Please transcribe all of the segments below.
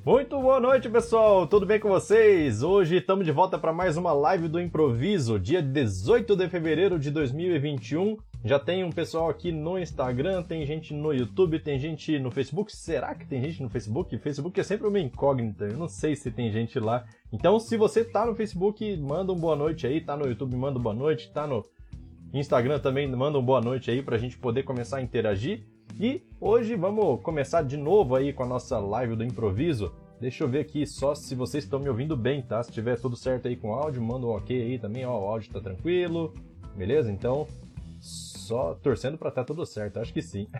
Muito boa noite, pessoal! Tudo bem com vocês? Hoje estamos de volta para mais uma live do Improviso, dia 18 de fevereiro de 2021. Já tem um pessoal aqui no Instagram, tem gente no YouTube, tem gente no Facebook. Será que tem gente no Facebook? Facebook é sempre uma incógnita, eu não sei se tem gente lá. Então, se você tá no Facebook, manda um boa noite aí, tá no YouTube, manda um boa noite, tá no Instagram também, manda um boa noite aí pra gente poder começar a interagir. E hoje vamos começar de novo aí com a nossa live do Improviso. Deixa eu ver aqui só se vocês estão me ouvindo bem, tá? Se tiver tudo certo aí com o áudio, manda um ok aí também, ó, o áudio tá tranquilo, beleza? Então, só torcendo pra tá tudo certo, acho que sim.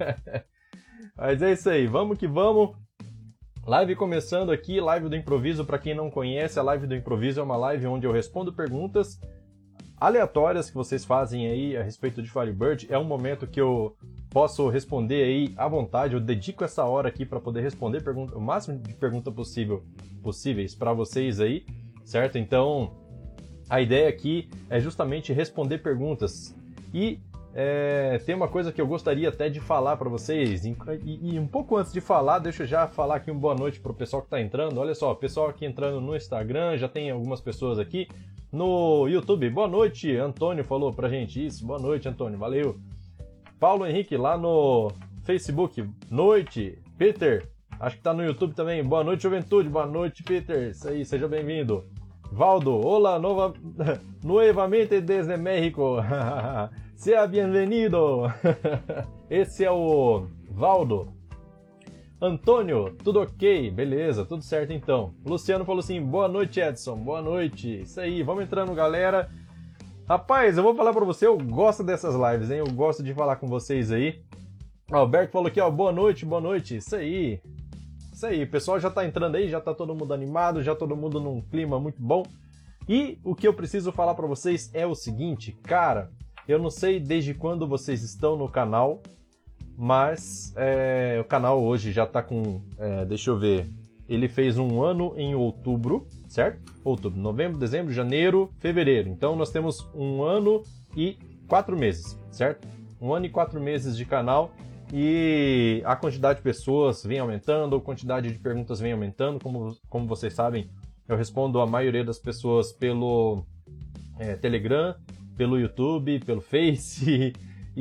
Mas é isso aí, vamos que vamos. Live começando aqui, live do Improviso. Pra quem não conhece, a live do Improviso é uma live onde eu respondo perguntas aleatórias que vocês fazem aí a respeito de Firebird. É um momento que eu posso responder aí à vontade, eu dedico essa hora aqui para poder responder o máximo de perguntas possíveis para vocês aí, certo? Então, a ideia aqui é justamente responder perguntas. E tem uma coisa que eu gostaria até de falar para vocês, e um pouco antes de falar, deixa eu já falar aqui uma boa noite para o pessoal que está entrando. Olha só, o pessoal aqui entrando no Instagram, já tem algumas pessoas aqui. No YouTube, boa noite, Antônio falou pra gente isso, boa noite, Antônio, valeu. Paulo Henrique lá no Facebook, noite. Peter, acho que tá no YouTube também, boa noite, juventude, boa noite, Peter, isso aí, seja bem-vindo. Valdo, olá, nuevamente desde México, seja bem-vindo. Esse é o Valdo. Antônio, tudo ok? Beleza, tudo certo então. Luciano falou assim, boa noite, Edson, boa noite. Isso aí, vamos entrando, galera. Rapaz, eu vou falar pra você, eu gosto dessas lives, hein? Eu gosto de falar com vocês aí. Alberto falou aqui, ó, boa noite, isso aí. Isso aí, o pessoal já tá entrando aí, já tá todo mundo animado, já todo mundo num clima muito bom. E o que eu preciso falar pra vocês é o seguinte, cara, eu não sei desde quando vocês estão no canal, mas o canal hoje já tá com, deixa eu ver, ele fez um ano em outubro, certo? Outubro, novembro, dezembro, janeiro, fevereiro. Então nós temos 1 ano e 4 meses, certo? 1 ano e 4 meses de canal e a quantidade de pessoas vem aumentando, a quantidade de perguntas vem aumentando. Como vocês sabem, eu respondo a maioria das pessoas pelo Telegram, pelo YouTube, pelo Face.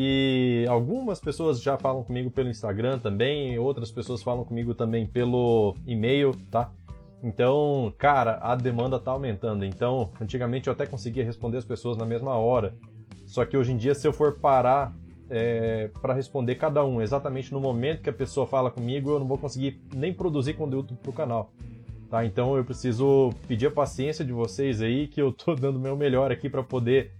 E algumas pessoas já falam comigo pelo Instagram também, outras pessoas falam comigo também pelo e-mail, tá? Então, cara, a demanda tá aumentando. Então, antigamente eu até conseguia responder as pessoas na mesma hora. Só que hoje em dia, se eu for parar para responder cada um exatamente no momento que a pessoa fala comigo, eu não vou conseguir nem produzir conteúdo pro canal. Tá? Então eu preciso pedir a paciência de vocês aí, que eu tô dando o meu melhor aqui para poder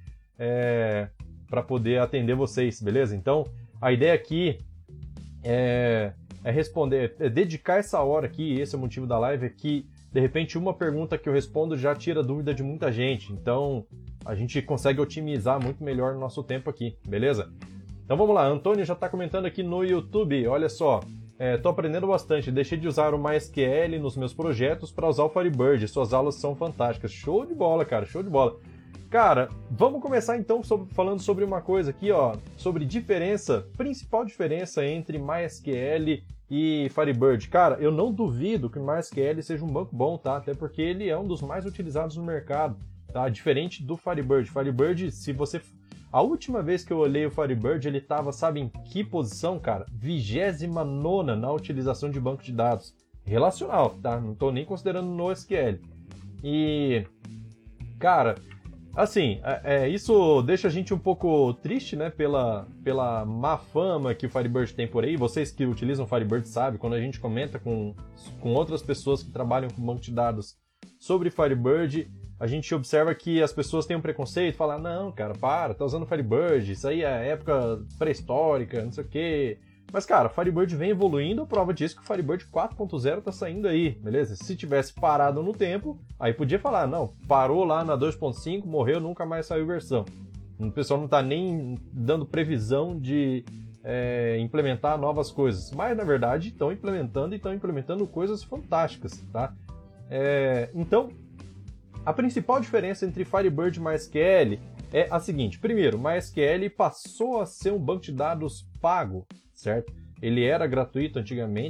atender vocês, beleza? Então, a ideia aqui é responder, é dedicar essa hora aqui, esse é o motivo da live, é que, de repente, uma pergunta que eu respondo já tira dúvida de muita gente. Então, a gente consegue otimizar muito melhor o nosso tempo aqui, beleza? Então, vamos lá. Antônio já está comentando aqui no YouTube, olha só. Tô aprendendo bastante, deixei de usar o MySQL nos meus projetos para usar o Firebird, suas aulas são fantásticas. Show de bola, cara, show de bola. Cara, vamos começar então falando sobre uma coisa aqui, ó, sobre principal diferença entre MySQL e Firebird. Cara, eu não duvido que o MySQL seja um banco bom, tá? Até porque ele é um dos mais utilizados no mercado, tá? Diferente do Firebird. Firebird, a última vez que eu olhei o Firebird, ele tava, sabe em que posição, cara? 29ª na utilização de banco de dados relacional, tá? Não tô nem considerando no SQL. E, cara, assim, isso deixa a gente um pouco triste, né, pela má fama que o Firebird tem por aí. Vocês que utilizam o Firebird sabem, quando a gente comenta com outras pessoas que trabalham com banco de dados sobre Firebird, a gente observa que as pessoas têm um preconceito, falam, não, cara, tá usando Firebird, isso aí é época pré-histórica, não sei o quê. Mas, cara, o Firebird vem evoluindo, a prova disso que o Firebird 4.0 tá saindo aí, beleza? Se tivesse parado no tempo, aí podia falar, não, parou lá na 2.5, morreu, nunca mais saiu versão. O pessoal não tá nem dando previsão de implementar novas coisas. Mas, na verdade, estão implementando coisas fantásticas, tá? Então, a principal diferença entre Firebird e MySQL é a seguinte. Primeiro, MySQL passou a ser um banco de dados pago, certo? Ele era gratuito antigamente,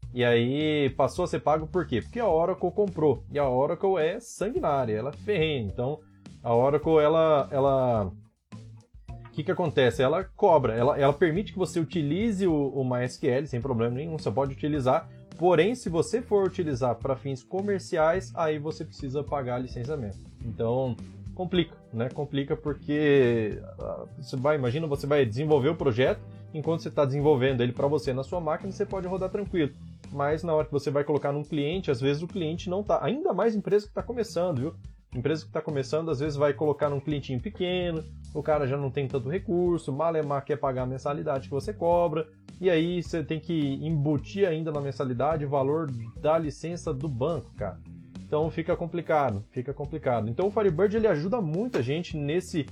E aí passou a ser pago por quê? Porque a Oracle comprou. E a Oracle é sanguinária, ela é ferrenha. Então, a Oracle, ela... O que acontece? Ela cobra, ela permite que você utilize o MySQL sem problema nenhum, você pode utilizar. Porém, se você for utilizar para fins comerciais, aí você precisa pagar licenciamento. Então, complica, né? Complica porque imagina, você vai desenvolver o projeto, enquanto você está desenvolvendo ele para você na sua máquina, você pode rodar tranquilo. Mas na hora que você vai colocar num cliente, às vezes o cliente não está. Ainda mais empresa que está começando, viu? Empresa que está começando, às vezes vai colocar num clientinho pequeno, o cara já não tem tanto recurso, malemar quer pagar a mensalidade que você cobra, e aí você tem que embutir ainda na mensalidade o valor da licença do banco, cara. Então fica complicado, fica complicado. Então o Firebird ele ajuda muita gente nesse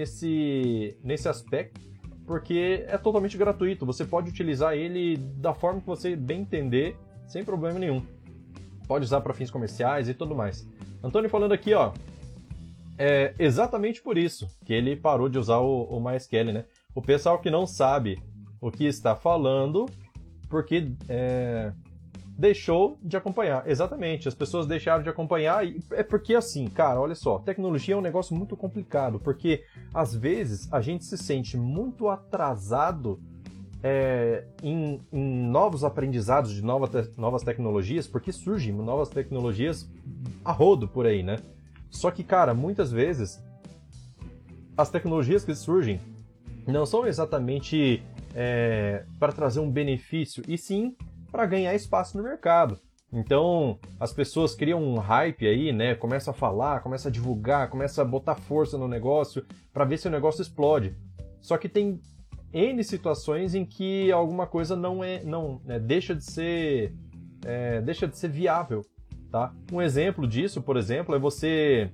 aspecto, porque é totalmente gratuito, você pode utilizar ele da forma que você bem entender, sem problema nenhum. Pode usar para fins comerciais e tudo mais. Antônio falando aqui, ó, é exatamente por isso que ele parou de usar o MySQL, né? O pessoal que não sabe o que está falando, porque deixou de acompanhar. Exatamente, as pessoas deixaram de acompanhar, e é porque assim, cara, olha só, tecnologia é um negócio muito complicado, porque às vezes a gente se sente muito atrasado em novos aprendizados de novas tecnologias, porque surgem novas tecnologias a rodo por aí, né? Só que, cara, muitas vezes as tecnologias que surgem não são exatamente para trazer um benefício, e sim para ganhar espaço no mercado. Então, as pessoas criam um hype aí, né? Começa a falar, começa a divulgar, começa a botar força no negócio para ver se o negócio explode. Só que tem N situações em que alguma coisa deixa de ser viável, tá? Um exemplo disso, por exemplo, é você...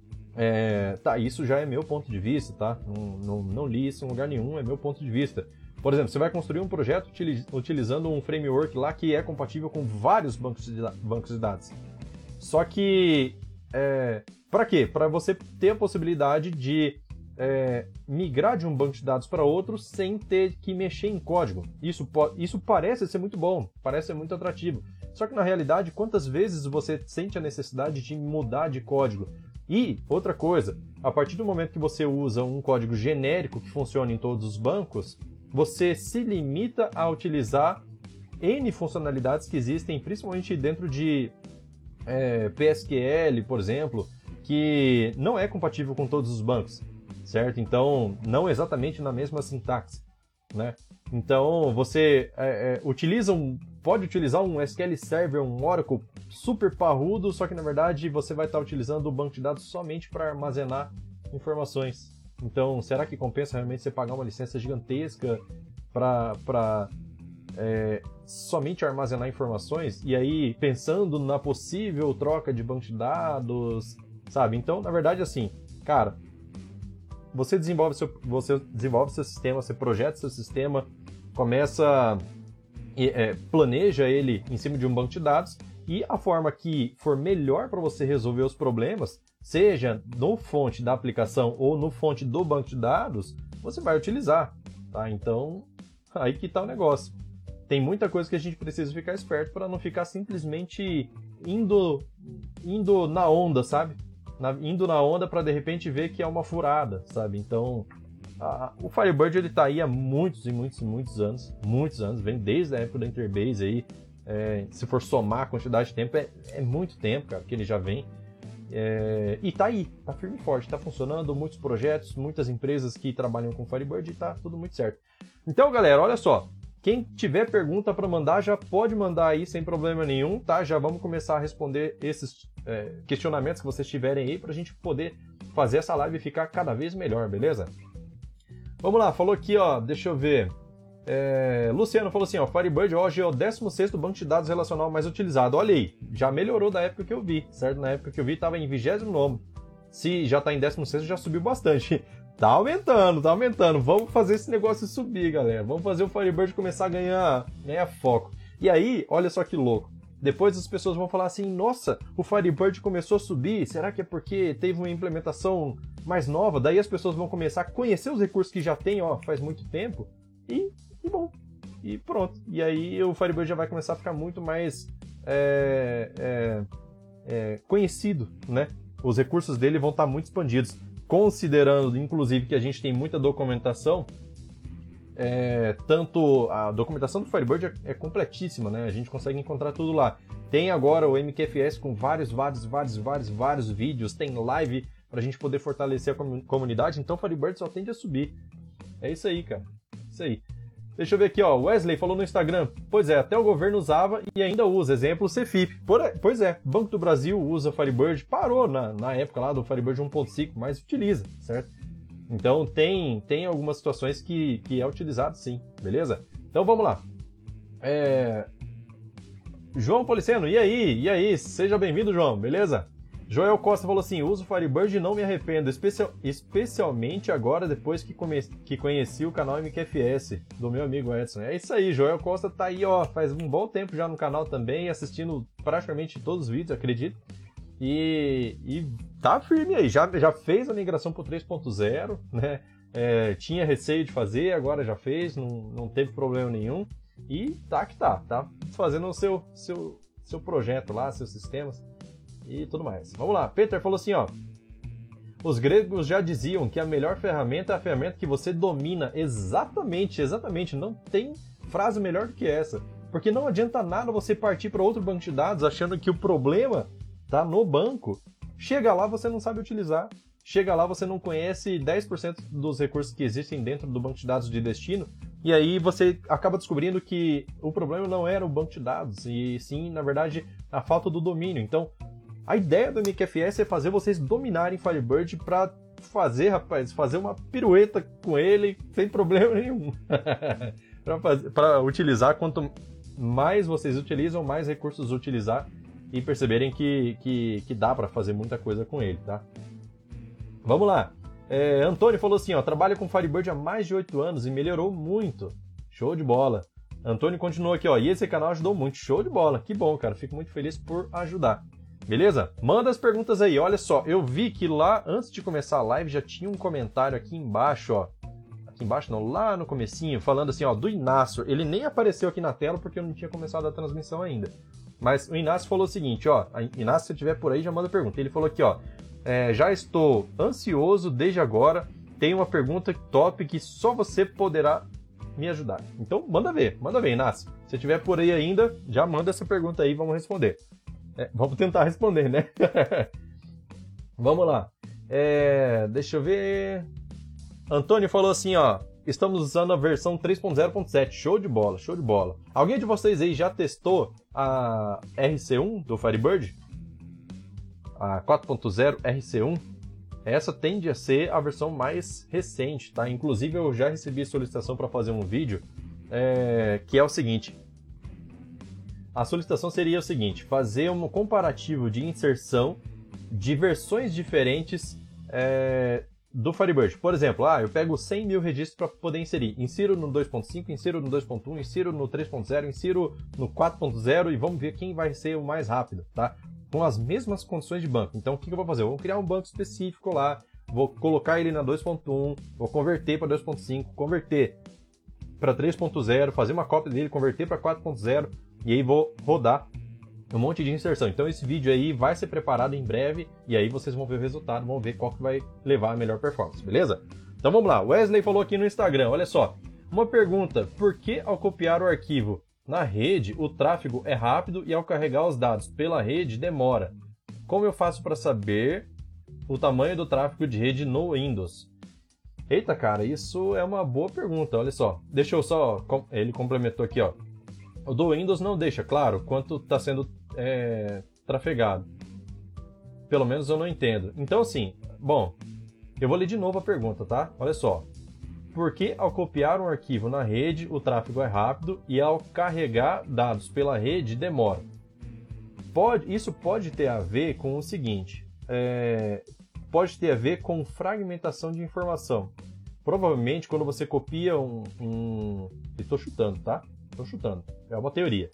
isso já é meu ponto de vista, tá? Não li isso em lugar nenhum, é meu ponto de vista. Por exemplo, você vai construir um projeto utilizando um framework lá que é compatível com vários bancos de dados. Só que, para quê? Para você ter a possibilidade de migrar de um banco de dados para outro sem ter que mexer em código. Isso parece ser muito bom, parece ser muito atrativo. Só que na realidade, quantas vezes você sente a necessidade de mudar de código? E outra coisa, a partir do momento que você usa um código genérico que funciona em todos os bancos, você se limita a utilizar N funcionalidades que existem, principalmente dentro de PSQL, por exemplo, que não é compatível com todos os bancos, certo? Então, não exatamente na mesma sintaxe, né? Então, você pode utilizar um SQL Server, um Oracle super parrudo, só que na verdade você vai estar utilizando o banco de dados somente para armazenar informações. Então, será que compensa realmente você pagar uma licença gigantesca para somente armazenar informações? E aí, pensando na possível troca de banco de dados, sabe? Então, na verdade, assim, cara, você desenvolve seu sistema, você projeta seu sistema, planeja ele em cima de um banco de dados, e a forma que for melhor para você resolver os problemas, seja no fonte da aplicação ou no fonte do banco de dados, você vai utilizar, tá? Então, aí que tá o negócio. Tem muita coisa que a gente precisa ficar esperto para não ficar simplesmente indo na onda, sabe? Indo na onda para de repente ver que é uma furada, sabe? Então, o Firebird ele tá aí há muitos e muitos e muitos anos, vem desde a época da Interbase aí. Se for somar a quantidade de tempo, é muito tempo, cara, que ele já vem. E tá aí, tá firme e forte, tá funcionando, muitos projetos, muitas empresas que trabalham com Firebird e tá tudo muito certo. Então, galera, olha só, quem tiver pergunta para mandar, já pode mandar aí sem problema nenhum, tá? Já vamos começar a responder esses questionamentos que vocês tiverem aí pra gente poder fazer essa live ficar cada vez melhor, beleza? Vamos lá, falou aqui, ó, deixa eu ver. Luciano falou assim, ó, Firebird hoje é o 16º banco de dados relacional mais utilizado. Olha aí, já melhorou da época que eu vi, certo? Na época que eu vi estava em 29º. Se já está em 16º, já subiu bastante. Tá aumentando. Vamos fazer esse negócio subir, galera. Vamos fazer o Firebird começar a ganhar foco. E aí, olha só que louco. Depois as pessoas vão falar assim, nossa, o Firebird começou a subir, será que é porque teve uma implementação mais nova? Daí as pessoas vão começar a conhecer os recursos que já tem, ó, faz muito tempo. E bom, e pronto. E aí o Firebird já vai começar a ficar muito mais conhecido, né? Os recursos dele vão estar muito expandidos. Considerando, inclusive, que a gente tem muita documentação, tanto a documentação do Firebird é completíssima, né? A gente consegue encontrar tudo lá. Tem agora o MQFS com vários vídeos, tem live pra gente poder fortalecer a comunidade, então o Firebird só tende a subir. É isso aí, cara. Isso aí. Deixa eu ver aqui, ó. Wesley falou no Instagram. Pois é, até o governo usava e ainda usa. Exemplo, Cefip. Pois é, Banco do Brasil usa Firebird. Parou na época lá do Firebird 1.5, mas utiliza, certo? Então tem algumas situações que é utilizado sim, beleza? Então vamos lá. João Policeno, e aí? Seja bem-vindo, João, beleza? Joel Costa falou assim, uso Firebird e não me arrependo, especialmente agora depois que conheci o canal MQFS, do meu amigo Edson. É isso aí, Joel Costa tá aí, ó, faz um bom tempo já no canal também, assistindo praticamente todos os vídeos, acredito. E tá firme aí, já fez a migração pro 3.0, né? Tinha receio de fazer, agora já fez, não teve problema nenhum. E tá fazendo o seu projeto lá, seus sistemas e tudo mais. Vamos lá, Peter falou assim, ó. Os gregos já diziam que a melhor ferramenta é a ferramenta que você domina. Exatamente, não tem frase melhor do que essa. Porque não adianta nada você partir para outro banco de dados achando que o problema tá no banco. Chega lá, você não sabe utilizar. Chega lá, você não conhece 10% dos recursos que existem dentro do banco de dados de destino. E aí você acaba descobrindo que o problema não era o banco de dados, e sim, na verdade, a falta do domínio. Então, a ideia do MQFS é fazer vocês dominarem Firebird para fazer uma pirueta com ele sem problema nenhum. Para utilizar, quanto mais vocês utilizam, mais recursos utilizar e perceberem que dá para fazer muita coisa com ele, tá? Vamos lá. Antônio falou assim, ó, trabalha com Firebird há mais de 8 anos e melhorou muito. Show de bola. Antônio continuou aqui, ó, e esse canal ajudou muito. Show de bola. Que bom, cara. Fico muito feliz por ajudar. Beleza? Manda as perguntas aí. Olha só, eu vi que lá, antes de começar a live, já tinha um comentário aqui embaixo, ó. Aqui embaixo não, lá no comecinho, falando assim, ó, do Inácio. Ele nem apareceu aqui na tela porque eu não tinha começado a transmissão ainda. Mas o Inácio falou o seguinte, ó. Inácio, se estiver por aí, já manda pergunta. Ele falou aqui, ó. Já estou ansioso desde agora. Tem uma pergunta top que só você poderá me ajudar. Então, manda ver, Inácio. Se estiver por aí ainda, já manda essa pergunta aí, vamos responder. Vamos tentar responder, né? Vamos lá. Deixa eu ver. Antônio falou assim, ó. Estamos usando a versão 3.0.7. Show de bola, show de bola. Alguém de vocês aí já testou a RC1 do Firebird? A 4.0 RC1? Essa tende a ser a versão mais recente, tá? Inclusive eu já recebi solicitação para fazer um vídeo que é o seguinte. A solicitação seria o seguinte, fazer um comparativo de inserção de versões diferentes do Firebird. Por exemplo, eu pego 100 mil registros para poder inserir. Insiro no 2.5, insiro no 2.1, insiro no 3.0, insiro no 4.0 e vamos ver quem vai ser o mais rápido, tá? Com as mesmas condições de banco. Então, o que eu vou fazer? Eu vou criar um banco específico lá, vou colocar ele na 2.1, vou converter para 2.5, converter para 3.0, fazer uma cópia dele, converter para 4.0 e aí vou rodar um monte de inserção. Então, esse vídeo aí vai ser preparado em breve e aí vocês vão ver o resultado, vão ver qual que vai levar a melhor performance, beleza? Então, vamos lá. Wesley falou aqui no Instagram, olha só. Uma pergunta, por que ao copiar o arquivo na rede, o tráfego é rápido e ao carregar os dados pela rede demora? Como eu faço para saber o tamanho do tráfego de rede no Windows? Eita, cara, isso é uma boa pergunta, olha só. Deixa eu só... Ele complementou aqui, ó. O do Windows não deixa claro quanto está sendo trafegado. Pelo menos eu não entendo. Então, assim, bom, eu vou ler de novo a pergunta, tá? Olha só. Por que ao copiar um arquivo na rede o tráfego é rápido e ao carregar dados pela rede demora? Isso pode ter a ver com o seguinte, pode ter a ver com fragmentação de informação. Provavelmente quando você copia Estou chutando, tá? Estou chutando, é uma teoria.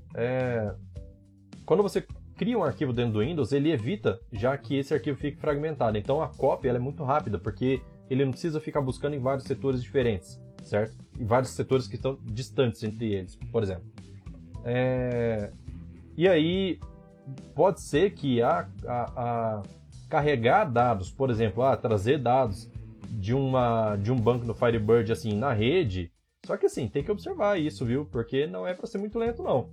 Quando você cria um arquivo dentro do Windows, ele evita já que esse arquivo fique fragmentado. Então a cópia ela é muito rápida, porque ele não precisa ficar buscando em vários setores diferentes. certo? E vários setores que estão distantes entre eles, por exemplo. E aí, pode ser que a carregar dados, por exemplo, trazer dados de um banco no Firebird assim, na rede, só que assim, tem que observar isso, viu? Porque não é para ser muito lento, não.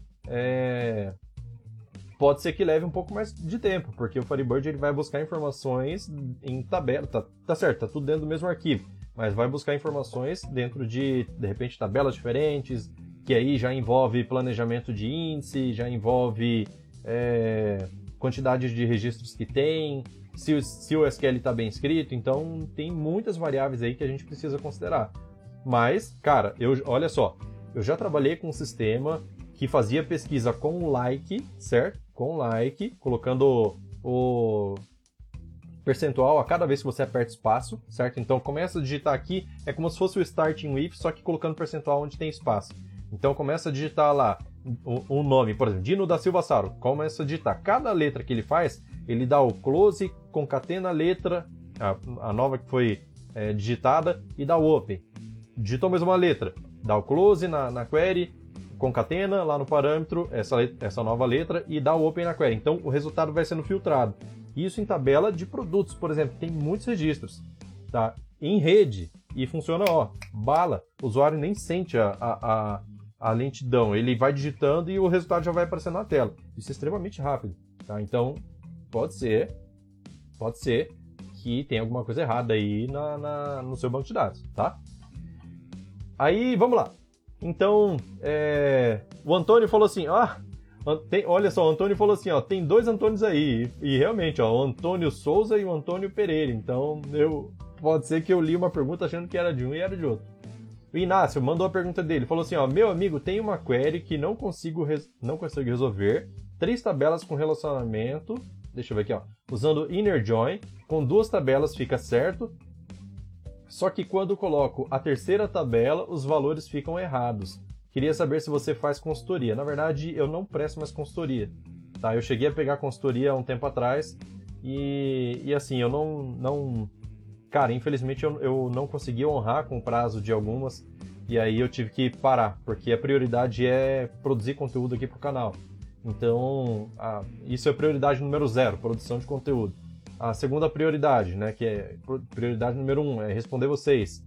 Pode ser que leve um pouco mais de tempo, porque o Firebird ele vai buscar informações em tabela, tá certo, tá tudo dentro do mesmo arquivo, mas vai buscar informações dentro de repente, tabelas diferentes, que aí já envolve planejamento de índice, já envolve quantidade de registros que tem, se o SQL está bem escrito, então tem muitas variáveis aí que a gente precisa considerar. Mas, cara, olha só, eu já trabalhei com um sistema que fazia pesquisa com like, certo? Com like, colocando o percentual a cada vez que você aperta espaço, certo? Então começa a digitar aqui, é como se fosse o starting with, só que colocando percentual onde tem espaço. Então começa a digitar lá um nome, por exemplo, Dino da Silva Saro. Começa a digitar. Cada letra que ele faz, ele dá o close, concatena a letra, a nova que foi digitada, e dá o open. Digitou mais uma letra, dá o close na query, concatena lá no parâmetro essa nova letra e dá o open na query. Então o resultado vai sendo filtrado. Isso em tabela de produtos, por exemplo, tem muitos registros, tá? Em rede, e funciona, bala. O usuário nem sente a lentidão, ele vai digitando e o resultado já vai aparecendo na tela. Isso é extremamente rápido, tá? Então, pode ser que tenha alguma coisa errada aí no seu banco de dados, tá? Aí, vamos lá. Então, o Antônio falou assim, olha só, o Antônio falou assim, tem dois Antônios aí, e realmente, o Antônio Souza e o Antônio Pereira, então pode ser que eu li uma pergunta achando que era de um e era de outro. O Inácio mandou a pergunta dele, falou assim, meu amigo, tem uma query que não consigo resolver, 3 tabelas com relacionamento, deixa eu ver aqui, usando inner join, com 2 tabelas fica certo, só que quando coloco a terceira tabela, os valores ficam errados. Queria saber se você faz consultoria. Na verdade, eu não presto mais consultoria, tá? Eu cheguei a pegar consultoria há um tempo atrás e assim, eu não... Cara, infelizmente eu não consegui honrar com o prazo de algumas e aí eu tive que parar, porque a prioridade é produzir conteúdo aqui pro canal. Então, isso é prioridade número 0, produção de conteúdo. A segunda prioridade, né, que é prioridade número 1, é responder vocês.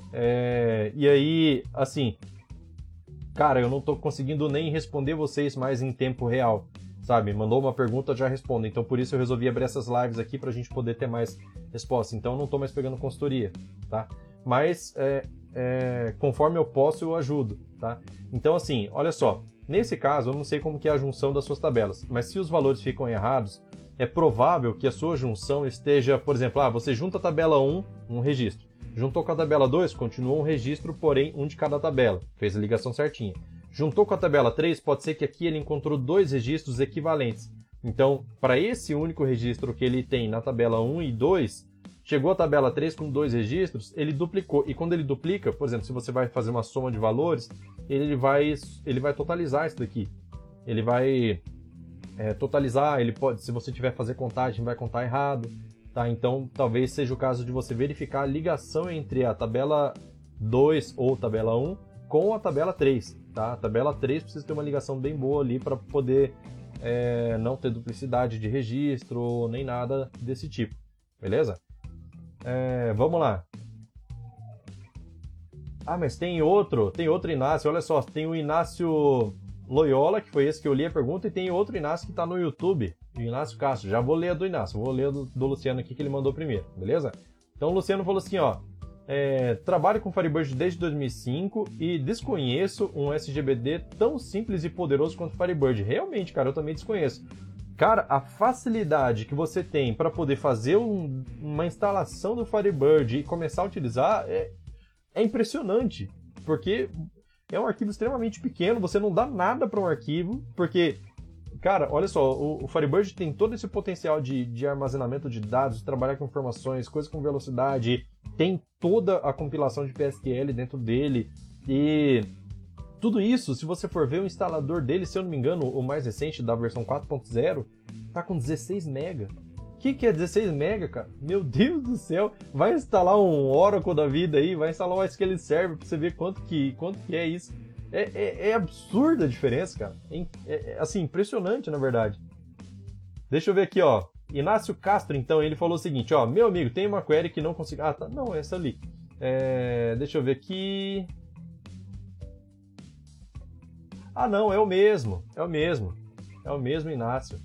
E aí, assim, cara, eu não tô conseguindo nem responder vocês mais em tempo real, sabe? Mandou uma pergunta, já respondo. Então, por isso eu resolvi abrir essas lives aqui pra gente poder ter mais respostas. Então, eu não tô mais pegando consultoria, tá? Mas, conforme eu posso, eu ajudo, tá? Então, assim, olha só. Nesse caso, eu não sei como que é a junção das suas tabelas, mas se os valores ficam errados, é provável que a sua junção esteja, por exemplo, você junta a tabela 1, um registro. Juntou com a tabela 2, continua um registro, porém um de cada tabela. Fez a ligação certinha. Juntou com a tabela 3, pode ser que aqui ele encontrou 2 registros equivalentes. Então, para esse único registro que ele tem na tabela 1 e 2, chegou a tabela 3 com 2 registros, ele duplicou. E quando ele duplica, por exemplo, se você vai fazer uma soma de valores, ele vai totalizar isso daqui. Ele vai totalizar, ele pode, se você tiver que fazer contagem, vai contar errado, tá? Então, talvez seja o caso de você verificar a ligação entre a tabela 2 ou tabela 1 com a tabela 3, tá? A tabela 3 precisa ter uma ligação bem boa ali para poder não ter duplicidade de registro, nem nada desse tipo, beleza? Vamos lá. Mas tem outro Inácio, olha só, tem o Inácio Loyola, que foi esse que eu li a pergunta, e tem outro Inácio que está no YouTube, o Inácio Castro. Já vou ler a do Inácio, vou ler a do Luciano aqui que ele mandou primeiro, beleza? Então o Luciano falou assim, trabalho com Firebird desde 2005 e desconheço um SGBD tão simples e poderoso quanto o Firebird. Realmente, cara, eu também desconheço. Cara, a facilidade que você tem para poder fazer uma instalação do Firebird e começar a utilizar é impressionante, porque é um arquivo extremamente pequeno, você não dá nada para um arquivo, porque, cara, olha só, o Firebird tem todo esse potencial de armazenamento de dados, de trabalhar com informações, coisas com velocidade, tem toda a compilação de PSQL dentro dele, e tudo isso, se você for ver o instalador dele, se eu não me engano, o mais recente da versão 4.0, tá com 16 MB, que é 16 MB, cara? Meu Deus do céu! Vai instalar um Oracle da vida aí, vai instalar um SQL Server pra você ver quanto que é isso. É absurda a diferença, cara. Assim, impressionante, na verdade. Deixa eu ver aqui, ó. Inácio Castro, então, ele falou o seguinte, ó. Meu amigo, tem uma query que não consigo... Ah, tá. Não, essa ali. Deixa eu ver aqui... Ah, não, é o mesmo, Inácio.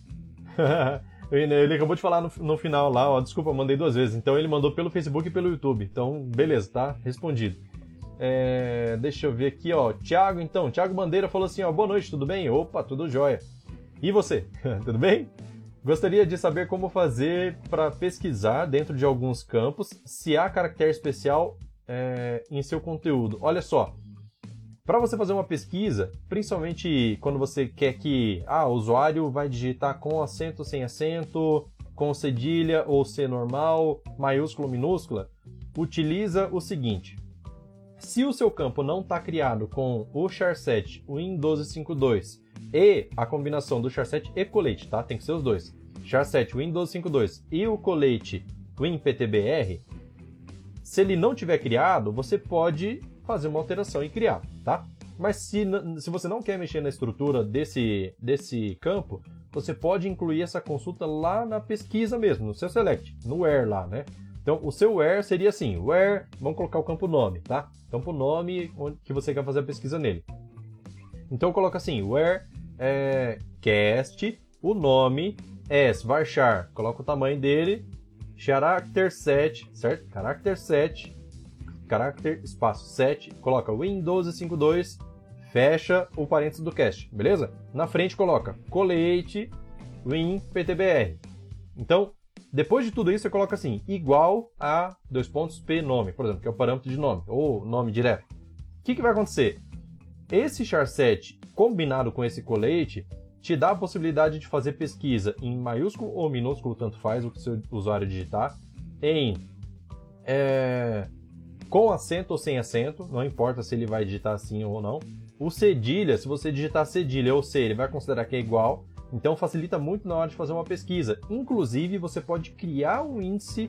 Ele acabou de falar no final lá, ó, desculpa, eu mandei 2 vezes. Então ele mandou pelo Facebook e pelo YouTube. Então, beleza, tá? Respondido. Deixa eu ver aqui, ó. Thiago Bandeira falou assim, ó, boa noite, tudo bem? Opa, tudo jóia. E você? Tudo bem? Gostaria de saber como fazer para pesquisar dentro de alguns campos se há caractere especial em seu conteúdo. Olha só. Para você fazer uma pesquisa, principalmente quando você quer que o usuário vai digitar com acento, sem acento, com cedilha ou C normal, maiúscula ou minúscula, utiliza o seguinte. Se o seu campo não está criado com o char7 Win1252 e a combinação do char7 e colete, tá? Tem que ser os dois. char7 Win1252 e o colete WinPTBR, se ele não tiver criado, você pode fazer uma alteração e criar, tá? Mas se você não quer mexer na estrutura desse campo, você pode incluir essa consulta lá na pesquisa mesmo, no seu select, no where lá, né? Então, o seu where seria assim, where, vamos colocar o campo nome, tá? Campo nome, onde que você quer fazer a pesquisa nele. Então, coloca assim, where cast, o nome, as, varchar, coloca o tamanho dele, character set, certo? Character set, character, espaço 7, coloca Win1252, fecha o parênteses do cast, beleza? Na frente coloca colete WinPTBR. Então, depois de tudo isso, você coloca assim, igual a P nome, por exemplo, que é o parâmetro de nome, ou nome direto. O que vai acontecer? Esse char7 combinado com esse colete te dá a possibilidade de fazer pesquisa em maiúsculo ou minúsculo, tanto faz o que o seu usuário digitar, em com acento ou sem acento, não importa se ele vai digitar assim ou não. O cedilha, se você digitar cedilha ou C, ele vai considerar que é igual, então facilita muito na hora de fazer uma pesquisa. Inclusive, você pode criar um índice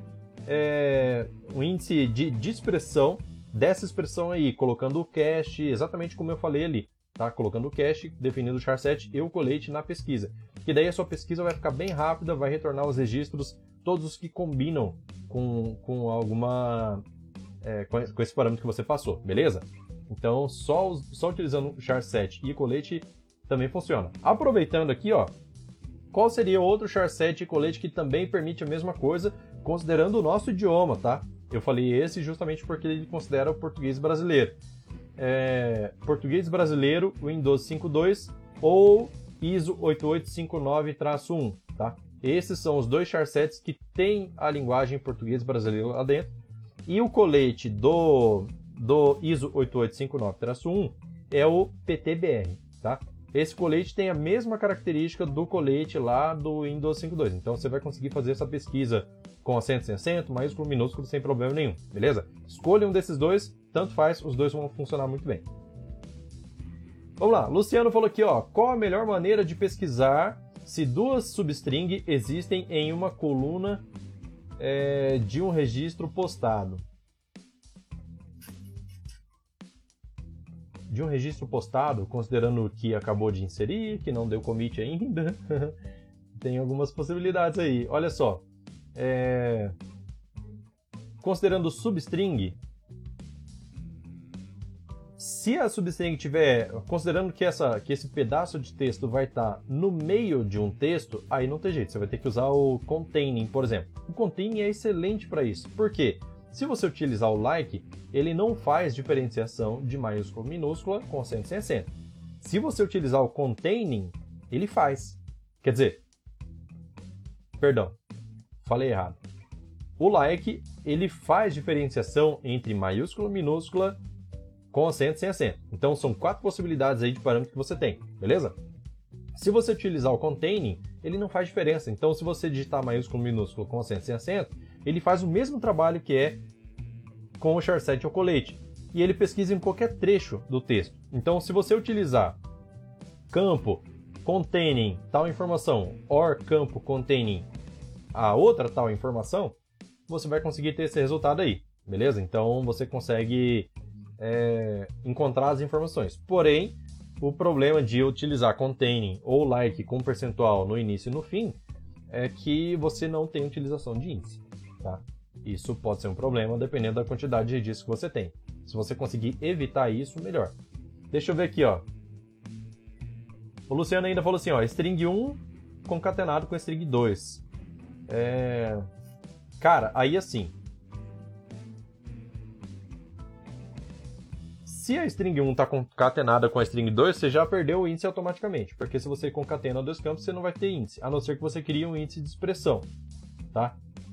de expressão dessa expressão aí, colocando o cache, exatamente como eu falei ali, tá? Colocando o cache, definindo o char7 e o colete na pesquisa. Que daí a sua pesquisa vai ficar bem rápida, vai retornar os registros, todos os que combinam com alguma... com esse parâmetro que você passou, beleza? Então, só utilizando o char7 e colete também funciona. Aproveitando aqui, ó, qual seria outro char7 e colete que também permite a mesma coisa, considerando o nosso idioma, tá? Eu falei esse justamente porque ele considera o português brasileiro. Português brasileiro, Win1252 ou ISO 8859-1, tá? Esses são os dois char7s que têm a linguagem português brasileiro lá dentro. E o colete do ISO 8859-1 é o PTBR, tá? Esse colete tem a mesma característica do colete lá do Win1252. Então você vai conseguir fazer essa pesquisa com acento, sem acento, maiúsculo, minúsculo, sem problema nenhum, beleza? Escolha um desses dois, tanto faz, os dois vão funcionar muito bem. Vamos lá, Luciano falou aqui, ó, qual a melhor maneira de pesquisar se duas substring existem em uma coluna de um registro postado? De um registro postado, considerando que acabou de inserir, que não deu commit ainda, tem algumas possibilidades aí. Olha só, considerando substring, se a substring tiver, considerando que esse pedaço de texto vai estar no meio de um texto, aí não tem jeito, você vai ter que usar o containing, por exemplo. O containing é excelente para isso. Por quê? Se você utilizar o like, ele não faz diferenciação de maiúscula ou minúscula com acento sem acento. Se você utilizar o containing, ele faz. Quer dizer, perdão, falei errado. O like, ele faz diferenciação entre maiúscula e minúscula com acento sem acento. Então, são 4 possibilidades aí de parâmetro que você tem, beleza? Se você utilizar o containing, ele não faz diferença. Então, se você digitar maiúsculo, minúsculo com acento sem acento, ele faz o mesmo trabalho que é com o char7 ou colete. E ele pesquisa em qualquer trecho do texto. Então, se você utilizar campo containing tal informação, or campo containing a outra tal informação, você vai conseguir ter esse resultado aí, beleza? Então você consegue encontrar as informações. Porém, o problema de utilizar containing ou like com percentual no início e no fim é que você não tem utilização de índice, tá? Isso pode ser um problema dependendo da quantidade de registros que você tem. Se você conseguir evitar isso, melhor. Deixa eu ver aqui, ó. O Luciano ainda falou assim, ó, string 1 concatenado com string 2. Cara, aí assim, se a string 1 está concatenada com a string 2, você já perdeu o índice automaticamente, porque se você concatena dois campos, você não vai ter índice, a não ser que você crie um índice de expressão, tá?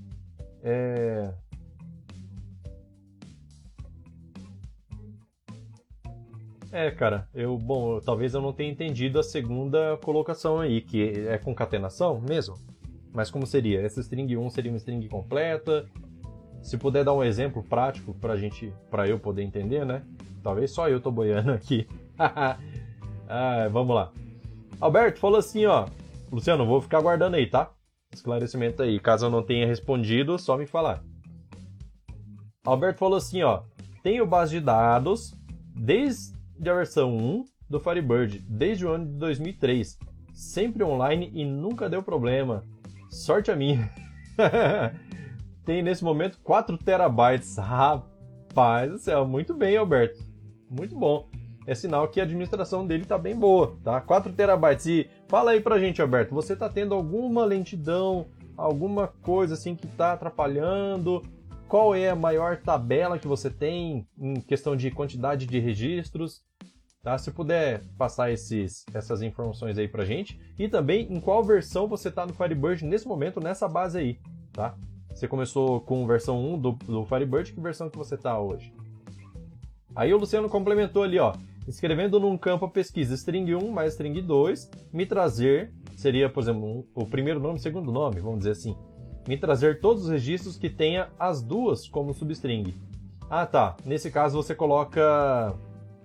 Cara, talvez eu não tenha entendido a segunda colocação aí, que é concatenação mesmo, mas como seria? Essa string 1 seria uma string completa? Se puder dar um exemplo prático para eu poder entender, né? Talvez só eu tô boiando aqui. Vamos lá. Alberto falou assim, ó. Luciano, vou ficar aguardando aí, tá? Esclarecimento aí. Caso eu não tenha respondido, só me falar. Alberto falou assim, ó. Tenho base de dados desde a versão 1 do Firebird, desde o ano de 2003. Sempre online e nunca deu problema. Sorte a minha. Tem nesse momento 4 terabytes. Rapaz do céu, muito bem, Alberto. Muito bom. É sinal que a administração dele tá bem boa, tá? 4 terabytes. E fala aí pra gente, Alberto, você tá tendo alguma lentidão, alguma coisa assim que tá atrapalhando? Qual é a maior tabela que você tem em questão de quantidade de registros? Tá? Se puder passar essas informações aí pra gente. E também em qual versão você tá no Firebird nesse momento, nessa base aí, tá? Você começou com versão 1 do Firebird, que versão que você tá hoje? Aí o Luciano complementou ali, ó. Escrevendo num campo a pesquisa string 1 mais string 2, me trazer, seria, por exemplo, o primeiro nome e o segundo nome, vamos dizer assim. Me trazer todos os registros que tenha as duas como substring. Ah, tá. Nesse caso você coloca...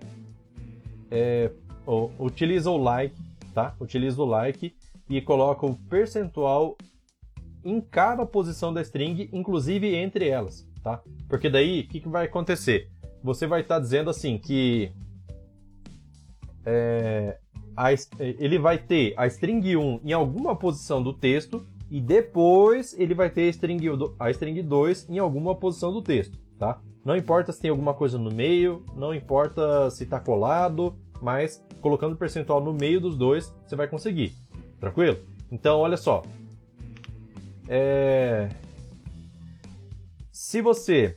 utiliza o like, tá? Utiliza o like e coloca o percentual em cada posição da string, inclusive entre elas, tá? Porque daí, o que vai acontecer? Você vai estar dizendo assim que ele vai ter a string 1 em alguma posição do texto e depois ele vai ter a string 2 em alguma posição do texto, tá? Não importa se tem alguma coisa no meio, não importa se está colado, mas colocando o percentual no meio dos dois, você vai conseguir. Tranquilo? Então, olha só. Se você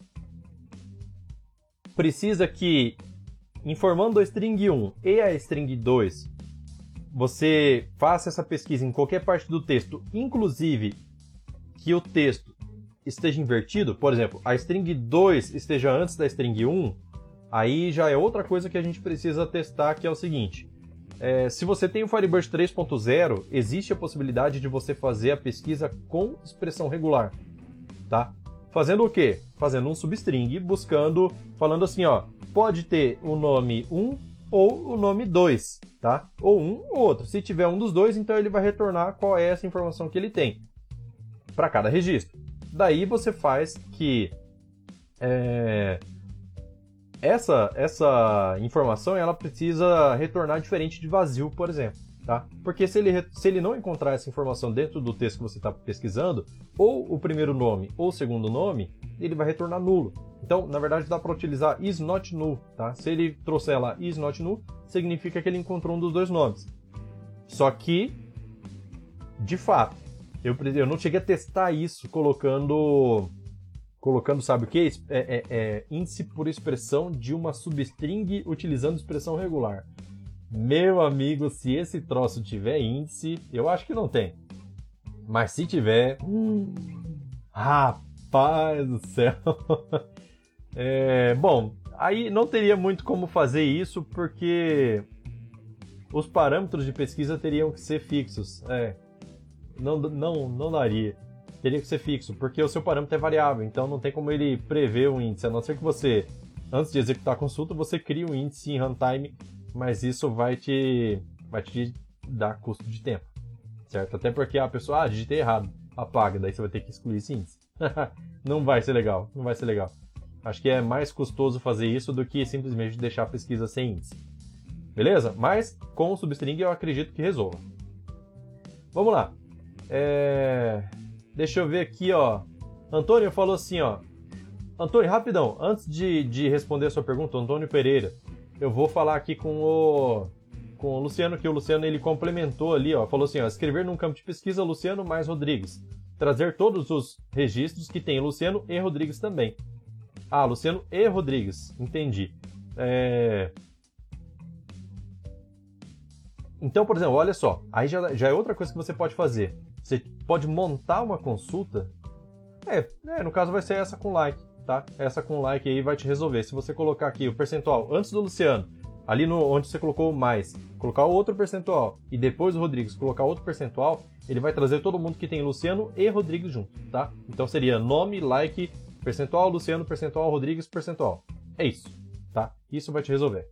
precisa que, informando a string 1 e a string 2, você faça essa pesquisa em qualquer parte do texto, inclusive que o texto esteja invertido, por exemplo, a string 2 esteja antes da string 1, aí já é outra coisa que a gente precisa testar, que é o seguinte. Se você tem o Firebird 3.0, existe a possibilidade de você fazer a pesquisa com expressão regular, tá? Fazendo o quê? Fazendo um substring, falando assim, ó, pode ter o nome 1 ou o nome 2, tá? Ou um ou outro. Se tiver um dos dois, então ele vai retornar qual é essa informação que ele tem para cada registro. Daí você faz que essa informação ela precisa retornar diferente de vazio, por exemplo, tá? Porque se ele não encontrar essa informação dentro do texto que você está pesquisando, ou o primeiro nome ou o segundo nome, ele vai retornar nulo. Então, na verdade, dá para utilizar is not null, tá? Se ele trouxer lá is not null, significa que ele encontrou um dos dois nomes. Só que, de fato, eu não cheguei a testar isso colocando, sabe o que? Índice por expressão de uma substring utilizando expressão regular. Meu amigo, se esse troço tiver índice, eu acho que não tem. Mas se tiver... rapaz do céu! Bom, aí não teria muito como fazer isso, porque os parâmetros de pesquisa teriam que ser fixos. Não daria. Teria que ser fixo, porque o seu parâmetro é variável, então não tem como ele prever um índice, a não ser que você, antes de executar a consulta, você crie um índice em runtime, mas isso vai te dar custo de tempo, certo? Até porque a pessoa, digitei errado. apaga, daí você vai ter que excluir esse índice. Não vai ser legal, não vai ser legal. Acho que é mais custoso fazer isso do que simplesmente deixar a pesquisa sem índice. Beleza? Mas com o substring eu acredito que resolva. Vamos lá. Deixa eu ver aqui, ó. Antônio falou assim, ó. Antônio, rapidão, antes de responder a sua pergunta, Antônio Pereira, eu vou falar aqui com o Luciano, que o Luciano ele complementou ali, ó. Falou assim, ó, escrever num campo de pesquisa Luciano mais Rodrigues. Trazer todos os registros que tem Luciano e Rodrigues também. Ah, Luciano e Rodrigues, entendi. Então, por exemplo, olha só, aí já é outra coisa que você pode fazer. Você pode montar uma consulta, no caso vai ser essa com like, tá? Essa com like aí vai te resolver. Se você colocar aqui o percentual antes do Luciano, ali onde você colocou o mais, colocar outro percentual e depois o Rodrigues colocar outro percentual, ele vai trazer todo mundo que tem Luciano e Rodrigues junto, tá? Então seria nome, like, percentual, Luciano, percentual, Rodrigues, percentual. É isso, tá? Isso vai te resolver.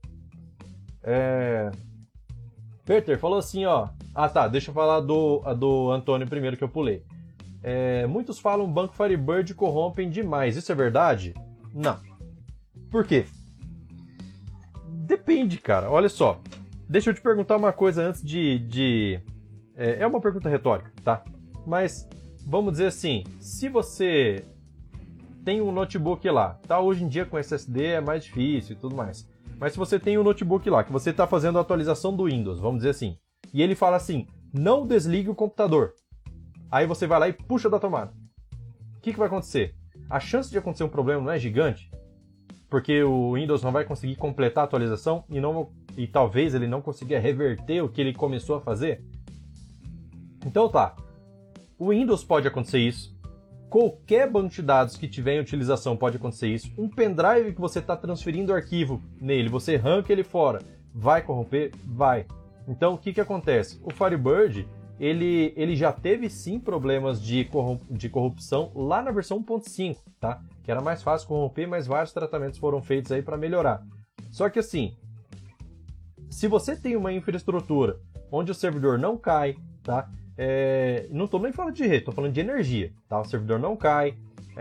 Peter falou assim, ó. Ah, tá. Deixa eu falar do Antônio primeiro que eu pulei. Muitos falam que o banco Firebird corrompem demais. Isso é verdade? Não. Por quê? Depende, cara. Olha só. Deixa eu te perguntar uma coisa antes é uma pergunta retórica, tá? Mas vamos dizer assim, se você tem um notebook lá, tá? Hoje em dia com SSD é mais difícil e tudo mais. Mas se você tem um notebook lá, que você está fazendo a atualização do Windows, vamos dizer assim, e ele fala assim, não desligue o computador. Aí você vai lá e puxa da tomada. O que vai acontecer? A chance de acontecer um problema não é gigante, porque o Windows não vai conseguir completar a atualização e talvez ele não consiga reverter o que ele começou a fazer. Então tá, o Windows pode acontecer isso. Qualquer banco de dados que tiver em utilização pode acontecer isso. Um pendrive que você está transferindo arquivo nele, você arranca ele fora, vai corromper? Vai. Então, o que acontece? O Firebird, ele já teve sim problemas de corrupção lá na versão 1.5, tá? Que era mais fácil corromper, mas vários tratamentos foram feitos aí para melhorar. Só que assim, se você tem uma infraestrutura onde o servidor não cai, tá? Não estou nem falando de rede, estou falando de energia, tá? O servidor não cai,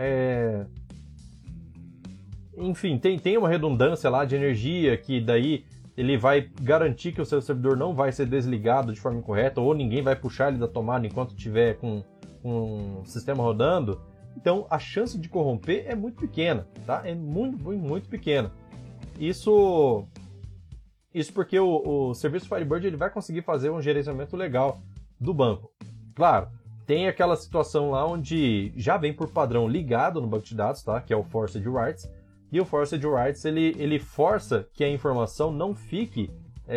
enfim, tem uma redundância lá de energia que daí ele vai garantir que o seu servidor não vai ser desligado de forma incorreta ou ninguém vai puxar ele da tomada enquanto estiver com o sistema rodando. Então a chance de corromper é muito pequena, tá? É muito, muito, muito pequena. Isso porque o serviço Firebird ele vai conseguir fazer um gerenciamento legal do banco. Claro, tem aquela situação lá onde já vem por padrão ligado no banco de dados, tá? Que é o Forced Writes. E o Forced Writes ele força que a informação não fique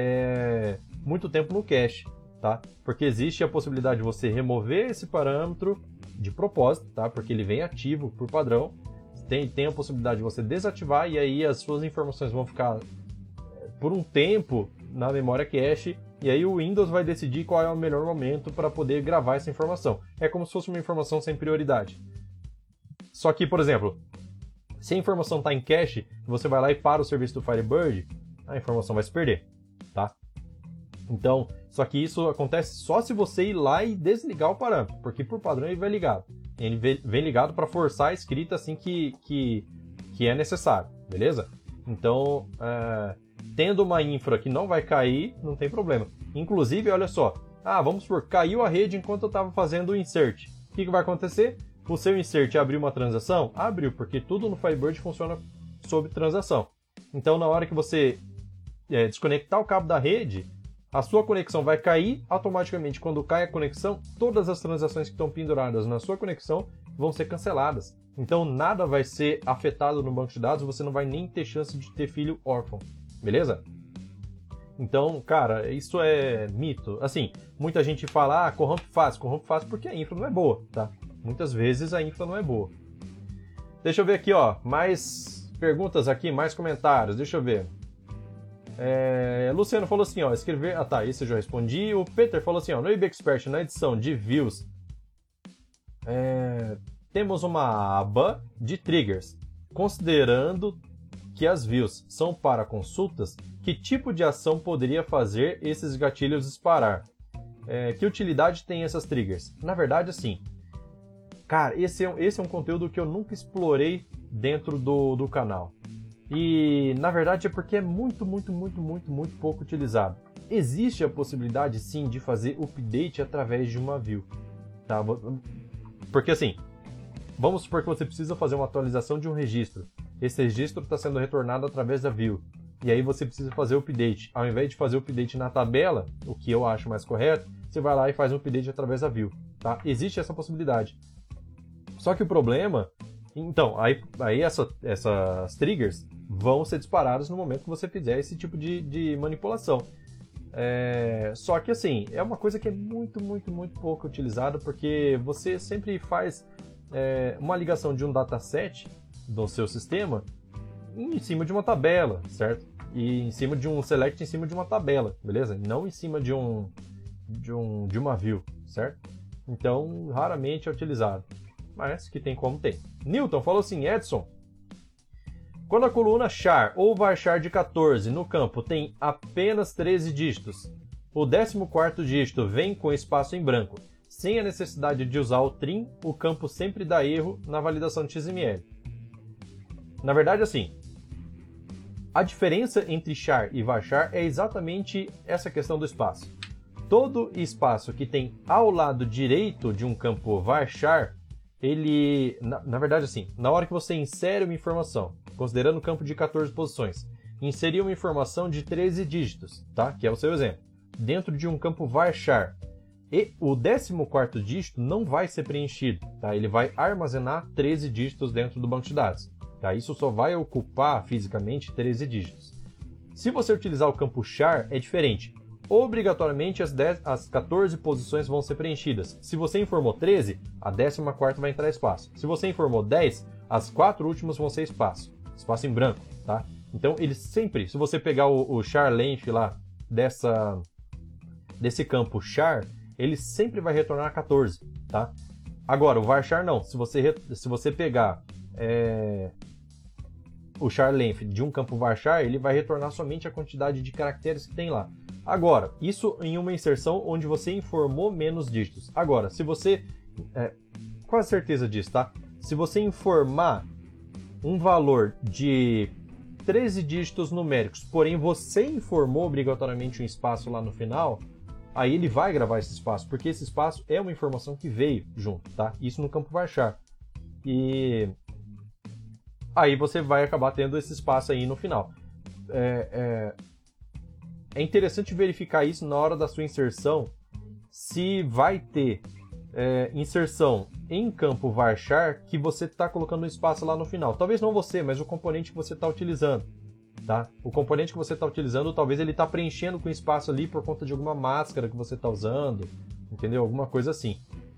muito tempo no cache, tá? Porque existe a possibilidade de você remover esse parâmetro de propósito, tá? Porque ele vem ativo por padrão. Tem a possibilidade de você desativar e aí as suas informações vão ficar por um tempo na memória cache. E aí o Windows vai decidir qual é o melhor momento para poder gravar essa informação. É como se fosse uma informação sem prioridade. Só que, por exemplo, se a informação está em cache, você vai lá e para o serviço do Firebird, a informação vai se perder, tá? Então, só que isso acontece só se você ir lá e desligar o parâmetro, porque por padrão ele vai ligado. Ele vem ligado para forçar a escrita assim que é necessário, beleza? Então, tendo uma infra que não vai cair, não tem problema. Inclusive, olha só, vamos supor, caiu a rede enquanto eu estava fazendo o insert. O que vai acontecer? O seu insert abriu uma transação? Abriu, porque tudo no Firebird funciona sob transação. Então, na hora que você desconectar o cabo da rede, a sua conexão vai cair automaticamente. Quando cai a conexão, todas as transações que estão penduradas na sua conexão vão ser canceladas. Então, nada vai ser afetado no banco de dados, você não vai nem ter chance de ter filho órfão. Beleza? Então, cara, isso é mito. Assim, muita gente fala, corrompe fácil porque a infra não é boa, tá? Muitas vezes a infra não é boa. Deixa eu ver aqui, ó, mais perguntas aqui, mais comentários, deixa eu ver. Luciano falou assim, ó, escrever... Ah, tá, esse eu já respondi. O Peter falou assim, ó, no IB Expert, na edição de views, temos uma aba de triggers. Considerando que as views são para consultas, que tipo de ação poderia fazer esses gatilhos disparar? Que utilidade tem essas triggers? Na verdade, assim, Cara, esse é um conteúdo que eu nunca explorei dentro do canal. E, na verdade, é porque é muito pouco utilizado. Existe a possibilidade, sim, de fazer update através de uma view. Tá? Porque, assim, vamos supor que você precisa fazer uma atualização de um registro. Esse registro está sendo retornado através da view. E aí você precisa fazer o update. Ao invés de fazer o update na tabela, o que eu acho mais correto, você vai lá e faz um update através da view. Tá? Existe essa possibilidade. Só que o problema... Então, aí essas triggers vão ser disparadas no momento que você fizer esse tipo de manipulação. Só que, assim, é uma coisa que é muito pouco utilizada, porque você sempre faz uma ligação de um dataset do seu sistema em cima de uma tabela, certo? E em cima de um select em cima de uma tabela, beleza? Não em cima de uma view, certo? Então, raramente é utilizado. Mas que tem como tem. Newton falou assim, Edson, quando a coluna char ou varchar de 14 no campo tem apenas 13 dígitos, o 14º dígito vem com espaço em branco, sem a necessidade de usar o trim, o campo sempre dá erro na validação de XML. Na verdade, assim, a diferença entre char e varchar é exatamente essa questão do espaço. Todo espaço que tem ao lado direito de um campo varchar, ele, na verdade, assim, na hora que você insere uma informação, considerando o campo de 14 posições, inserir uma informação de 13 dígitos, tá? Que é o seu exemplo, dentro de um campo varchar, e o 14º dígito não vai ser preenchido, tá? Ele vai armazenar 13 dígitos dentro do banco de dados, tá? Isso só vai ocupar fisicamente 13 dígitos. Se você utilizar o campo char, é diferente. Obrigatoriamente as 14 posições vão ser preenchidas. Se você informou 13, a 14ª vai entrar espaço. Se você informou 10, as 4 últimas vão ser espaço em branco, tá? Então, ele sempre, se você pegar o char length lá desse campo char, ele sempre vai retornar 14, tá? Agora, o varchar não. Se você pegar o char length de um campo varchar, ele vai retornar somente a quantidade de caracteres que tem lá. Agora, isso em uma inserção onde você informou menos dígitos. Agora, se você... quase certeza disso, tá? Se você informar um valor de 13 dígitos numéricos, porém você informou obrigatoriamente um espaço lá no final, aí ele vai gravar esse espaço, porque esse espaço é uma informação que veio junto, tá? Isso no campo varchar. E aí você vai acabar tendo esse espaço aí no final. É interessante verificar isso na hora da sua inserção, se vai ter inserção em campo varchar que você está colocando um espaço lá no final. Talvez não você, mas o componente que você está utilizando. Tá? O componente que você está utilizando, talvez ele está preenchendo com espaço ali por conta de alguma máscara que você está usando, entendeu? Alguma coisa assim.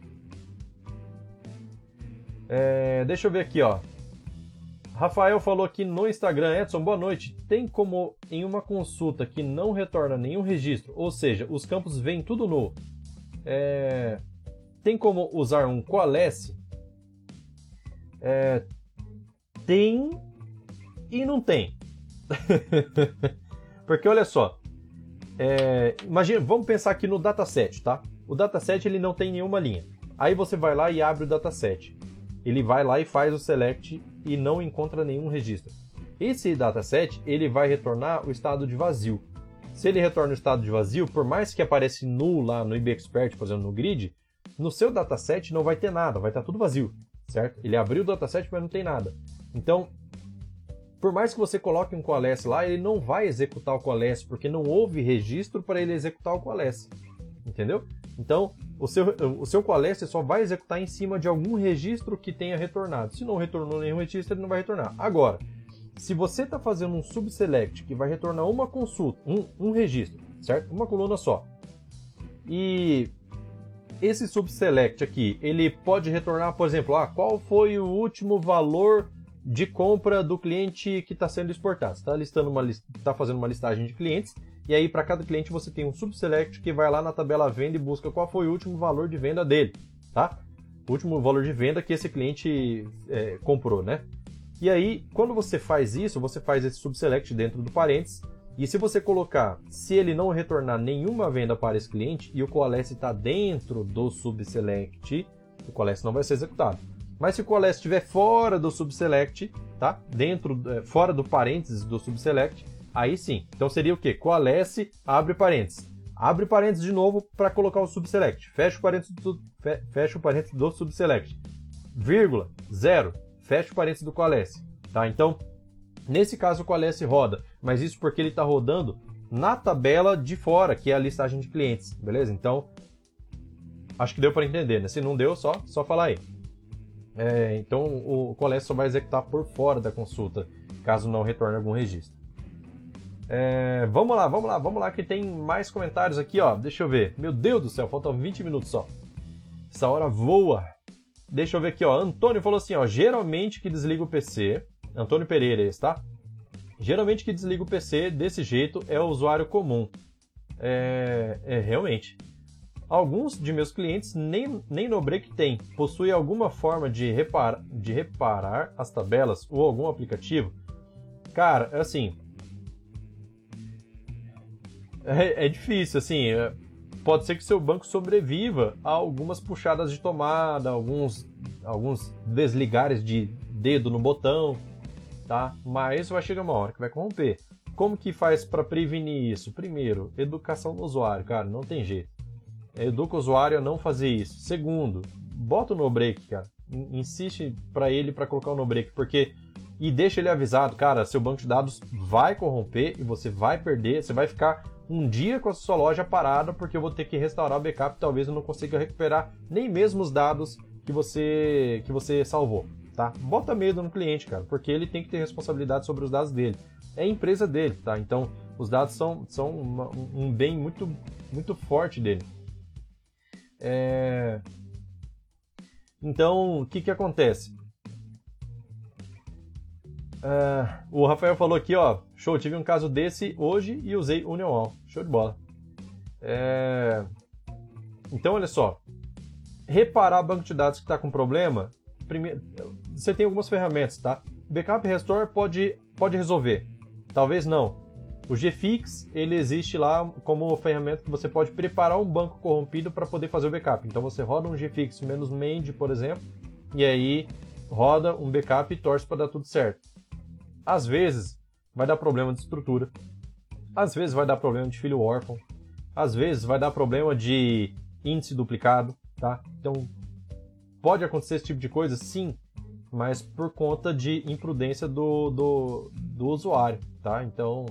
Deixa eu ver aqui, ó. Rafael falou aqui no Instagram, Edson, boa noite. Tem como em uma consulta que não retorna nenhum registro, ou seja, os campos vêm tudo nu, tem como usar um coalesce? Tem e não tem. Porque olha só, imagina, vamos pensar aqui no dataset, tá? O dataset ele não tem nenhuma linha. Aí você vai lá e abre o dataset. Ele vai lá e faz o select e não encontra nenhum registro. Esse dataset ele vai retornar o estado de vazio. Se ele retorna o estado de vazio, por mais que apareça null lá no IBExpert, por exemplo, no grid, no seu dataset não vai ter nada, vai estar tudo vazio, certo? Ele abriu o dataset, mas não tem nada. Então, por mais que você coloque um coalesce lá, ele não vai executar o coalesce, porque não houve registro para ele executar o coalesce. Entendeu? Então, o seu coalesce só vai executar em cima de algum registro que tenha retornado. Se não retornou nenhum registro, ele não vai retornar. Agora, se você está fazendo um subselect que vai retornar uma consulta, um registro, certo? Uma coluna só. E esse subselect aqui, ele pode retornar, por exemplo, qual foi o último valor de compra do cliente que está sendo exportado. Você está fazendo uma listagem de clientes, e aí para cada cliente você tem um subselect que vai lá na tabela venda e busca qual foi o último valor de venda dele, tá? O último valor de venda que esse cliente comprou, né? E aí, quando você faz isso, você faz esse subselect dentro do parênteses, e se você colocar, se ele não retornar nenhuma venda para esse cliente, e o coalesce está dentro do subselect, o coalesce não vai ser executado. Mas se o coalesce estiver fora do subselect, tá? Fora do parênteses do subselect, aí sim. Então seria o quê? Coalesce, abre parênteses. Abre parênteses de novo para colocar o subselect. Fecha o parênteses do subselect. Vírgula, 0. Fecha o parênteses do coalesce. Tá? Então, nesse caso o coalesce roda. Mas isso porque ele está rodando na tabela de fora, que é a listagem de clientes. Beleza? Então, acho que deu para entender, né? Se não deu, só falar aí. Então o coalesce só vai executar por fora da consulta, caso não retorne algum registro. Vamos lá, que tem mais comentários aqui, ó. Deixa eu ver. Meu Deus do céu, faltam 20 minutos só. Essa hora voa. Deixa eu ver aqui, ó. Antônio falou assim, ó. Geralmente que desliga o PC... Antônio Pereira esse, tá? Geralmente que desliga o PC desse jeito é o usuário comum. Realmente. Alguns de meus clientes nem no break tem. Possui alguma forma de reparar as tabelas ou algum aplicativo? Cara, assim... É difícil, assim... Pode ser que seu banco sobreviva a algumas puxadas de tomada, alguns desligares de dedo no botão, tá? Mas vai chegar uma hora que vai corromper. Como que faz para prevenir isso? Primeiro, educação do usuário, cara, não tem jeito. Educa o usuário a não fazer isso. Segundo, bota o no-break, cara. Insiste para ele para colocar o no-break, e deixa ele avisado, cara, seu banco de dados vai corromper e você vai perder, você vai ficar um dia com a sua loja parada porque eu vou ter que restaurar o backup, talvez eu não consiga recuperar nem mesmo os dados que você salvou, tá? Bota medo no cliente, cara, porque ele tem que ter responsabilidade sobre os dados dele. É a empresa dele, tá? Então, os dados são um bem muito, muito forte dele. Então, o que acontece? O Rafael falou aqui, ó, show, tive um caso desse hoje e usei Union All. Show de bola. Então, olha só. Reparar banco de dados que está com problema, primeiro, você tem algumas ferramentas, tá? Backup Restore pode resolver. Talvez não. O GFix, ele existe lá como ferramenta que você pode preparar um banco corrompido para poder fazer o backup. Então você roda um GFix menos mend, por exemplo, e aí roda um backup e torce para dar tudo certo. Às vezes vai dar problema de estrutura, às vezes vai dar problema de filho órfão, às vezes vai dar problema de índice duplicado, tá? Então pode acontecer esse tipo de coisa, sim, mas por conta de imprudência do usuário, tá? Então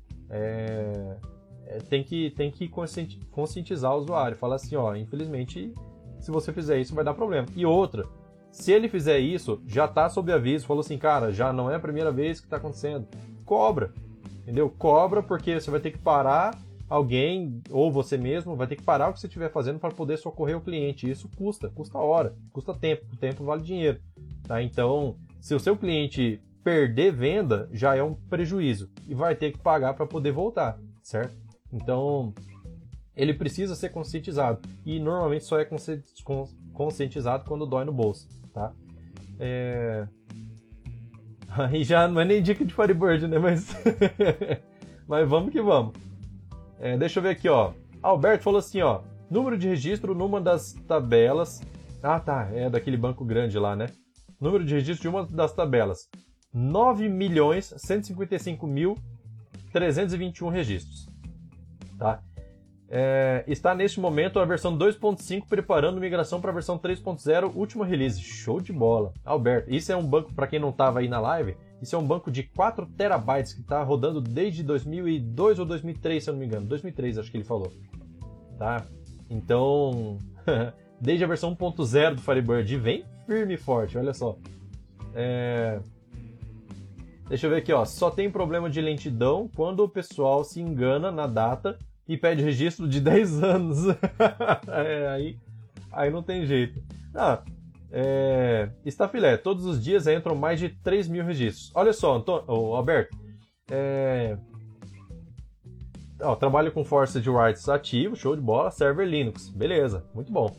tem que conscientizar o usuário, falar assim, ó, infelizmente, se você fizer isso vai dar problema. E outra, se ele fizer isso, já está sob aviso, falou assim, cara, já não é a primeira vez que está acontecendo, cobra, entendeu? Cobra porque você vai ter que parar alguém, ou você mesmo, vai ter que parar o que você estiver fazendo para poder socorrer o cliente. Isso custa hora, custa tempo, o tempo vale dinheiro, tá? Então, se o seu cliente perder venda, já é um prejuízo e vai ter que pagar para poder voltar, certo? Então, ele precisa ser conscientizado e normalmente só é conscientizado quando dói no bolso, tá? Aí já não é nem dica de Firebird, né? Mas, mas vamos que vamos. Deixa eu ver aqui, ó. Alberto falou assim, ó. Número de registro numa das tabelas... Ah, tá. É daquele banco grande lá, né? Número de registro de uma das tabelas. 9.155.321 registros. Tá? Está neste momento a versão 2.5 preparando migração para a versão 3.0, última release. Show de bola. Alberto, isso é um banco, para quem não estava aí na live, isso é um banco de 4 terabytes que está rodando desde 2002 ou 2003, se eu não me engano. 2003, acho que ele falou. Tá? Então, desde a versão 1.0 do Firebird, vem firme e forte, olha só. Deixa eu ver aqui, ó. Só tem problema de lentidão quando o pessoal se engana na data e pede registro de 10 anos. Aí não tem jeito. Stafilé, todos os dias entram mais de 3 mil registros. Olha só, Alberto. Trabalho com Forced Writes ativo, show de bola. Server Linux, beleza, muito bom.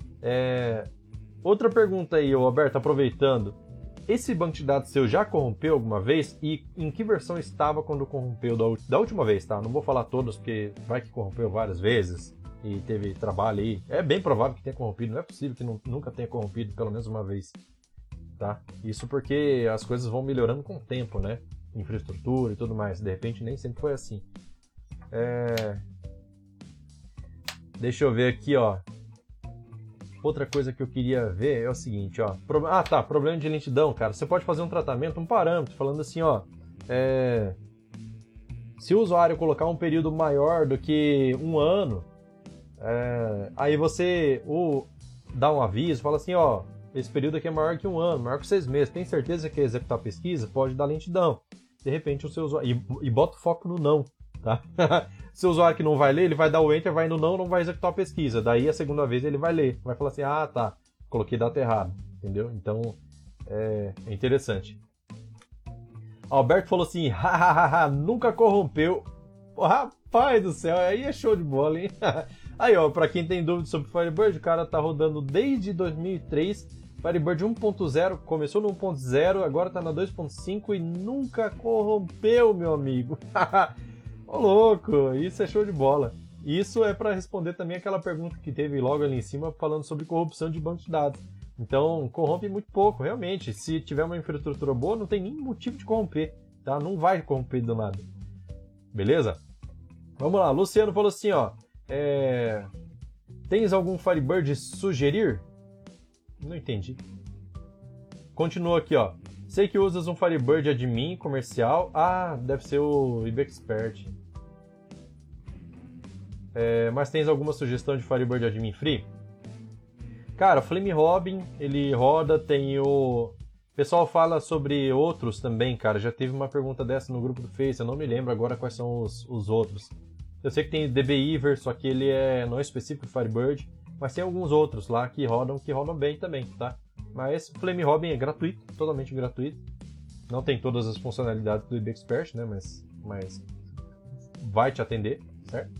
Outra pergunta aí, Alberto, aproveitando. Esse banco de dados seu já corrompeu alguma vez? E em que versão estava quando corrompeu da última vez, tá? Não vou falar todas, porque vai que corrompeu várias vezes. e teve trabalho aí. É bem provável que tenha corrompido, não é possível que nunca tenha corrompido pelo menos uma vez, tá? Isso porque as coisas vão melhorando com o tempo, né? Infraestrutura e tudo mais. De repente nem sempre foi assim. Deixa eu ver aqui, ó. Outra coisa que eu queria ver é o seguinte, ó. Problema de lentidão, cara. Você pode fazer um tratamento, um parâmetro, falando assim, ó. Se o usuário colocar um período maior do que um ano, aí você dá um aviso, fala assim, ó, esse período aqui é maior que um ano, maior que 6 meses. Tem certeza que quer executar a pesquisa? Pode dar lentidão. De repente o seu usuário... E bota o foco no não, tá? Se o usuário que não vai ler, ele vai dar o enter, vai no não vai executar a pesquisa. Daí a segunda vez ele vai ler. Vai falar assim, tá, coloquei data errada. Entendeu? Então, é interessante. Alberto falou assim, hahaha, nunca corrompeu. Pô, rapaz do céu, aí é show de bola, hein? Aí, ó, pra quem tem dúvida sobre Firebird, o cara tá rodando desde 2003. Firebird 1.0, começou no 1.0, agora tá na 2.5 e nunca corrompeu, meu amigo. Ô, louco, isso é show de bola. Isso é para responder também aquela pergunta que teve logo ali em cima, falando sobre corrupção de banco de dados. Então, corrompe muito pouco, realmente. Se tiver uma infraestrutura boa, não tem nem motivo de corromper, tá? Não vai corromper do nada. Beleza? Vamos lá, Luciano falou assim, ó. Tens algum Firebird sugerir? Não entendi. Continua aqui, ó. Sei que usas um Firebird admin comercial. Deve ser o IBExpert. Mas tens alguma sugestão de Firebird admin free? Cara, Flame Robin, ele roda, tem o... O pessoal fala sobre outros também, cara. Já teve uma pergunta dessa no grupo do Face, eu não me lembro agora quais são os outros. Eu sei que tem DBEver, só que ele não é específico de Firebird, mas tem alguns outros lá que rodam bem também, tá? Mas Flame Robin é gratuito, totalmente gratuito. Não tem todas as funcionalidades do IBExpert, né? Mas vai te atender, certo?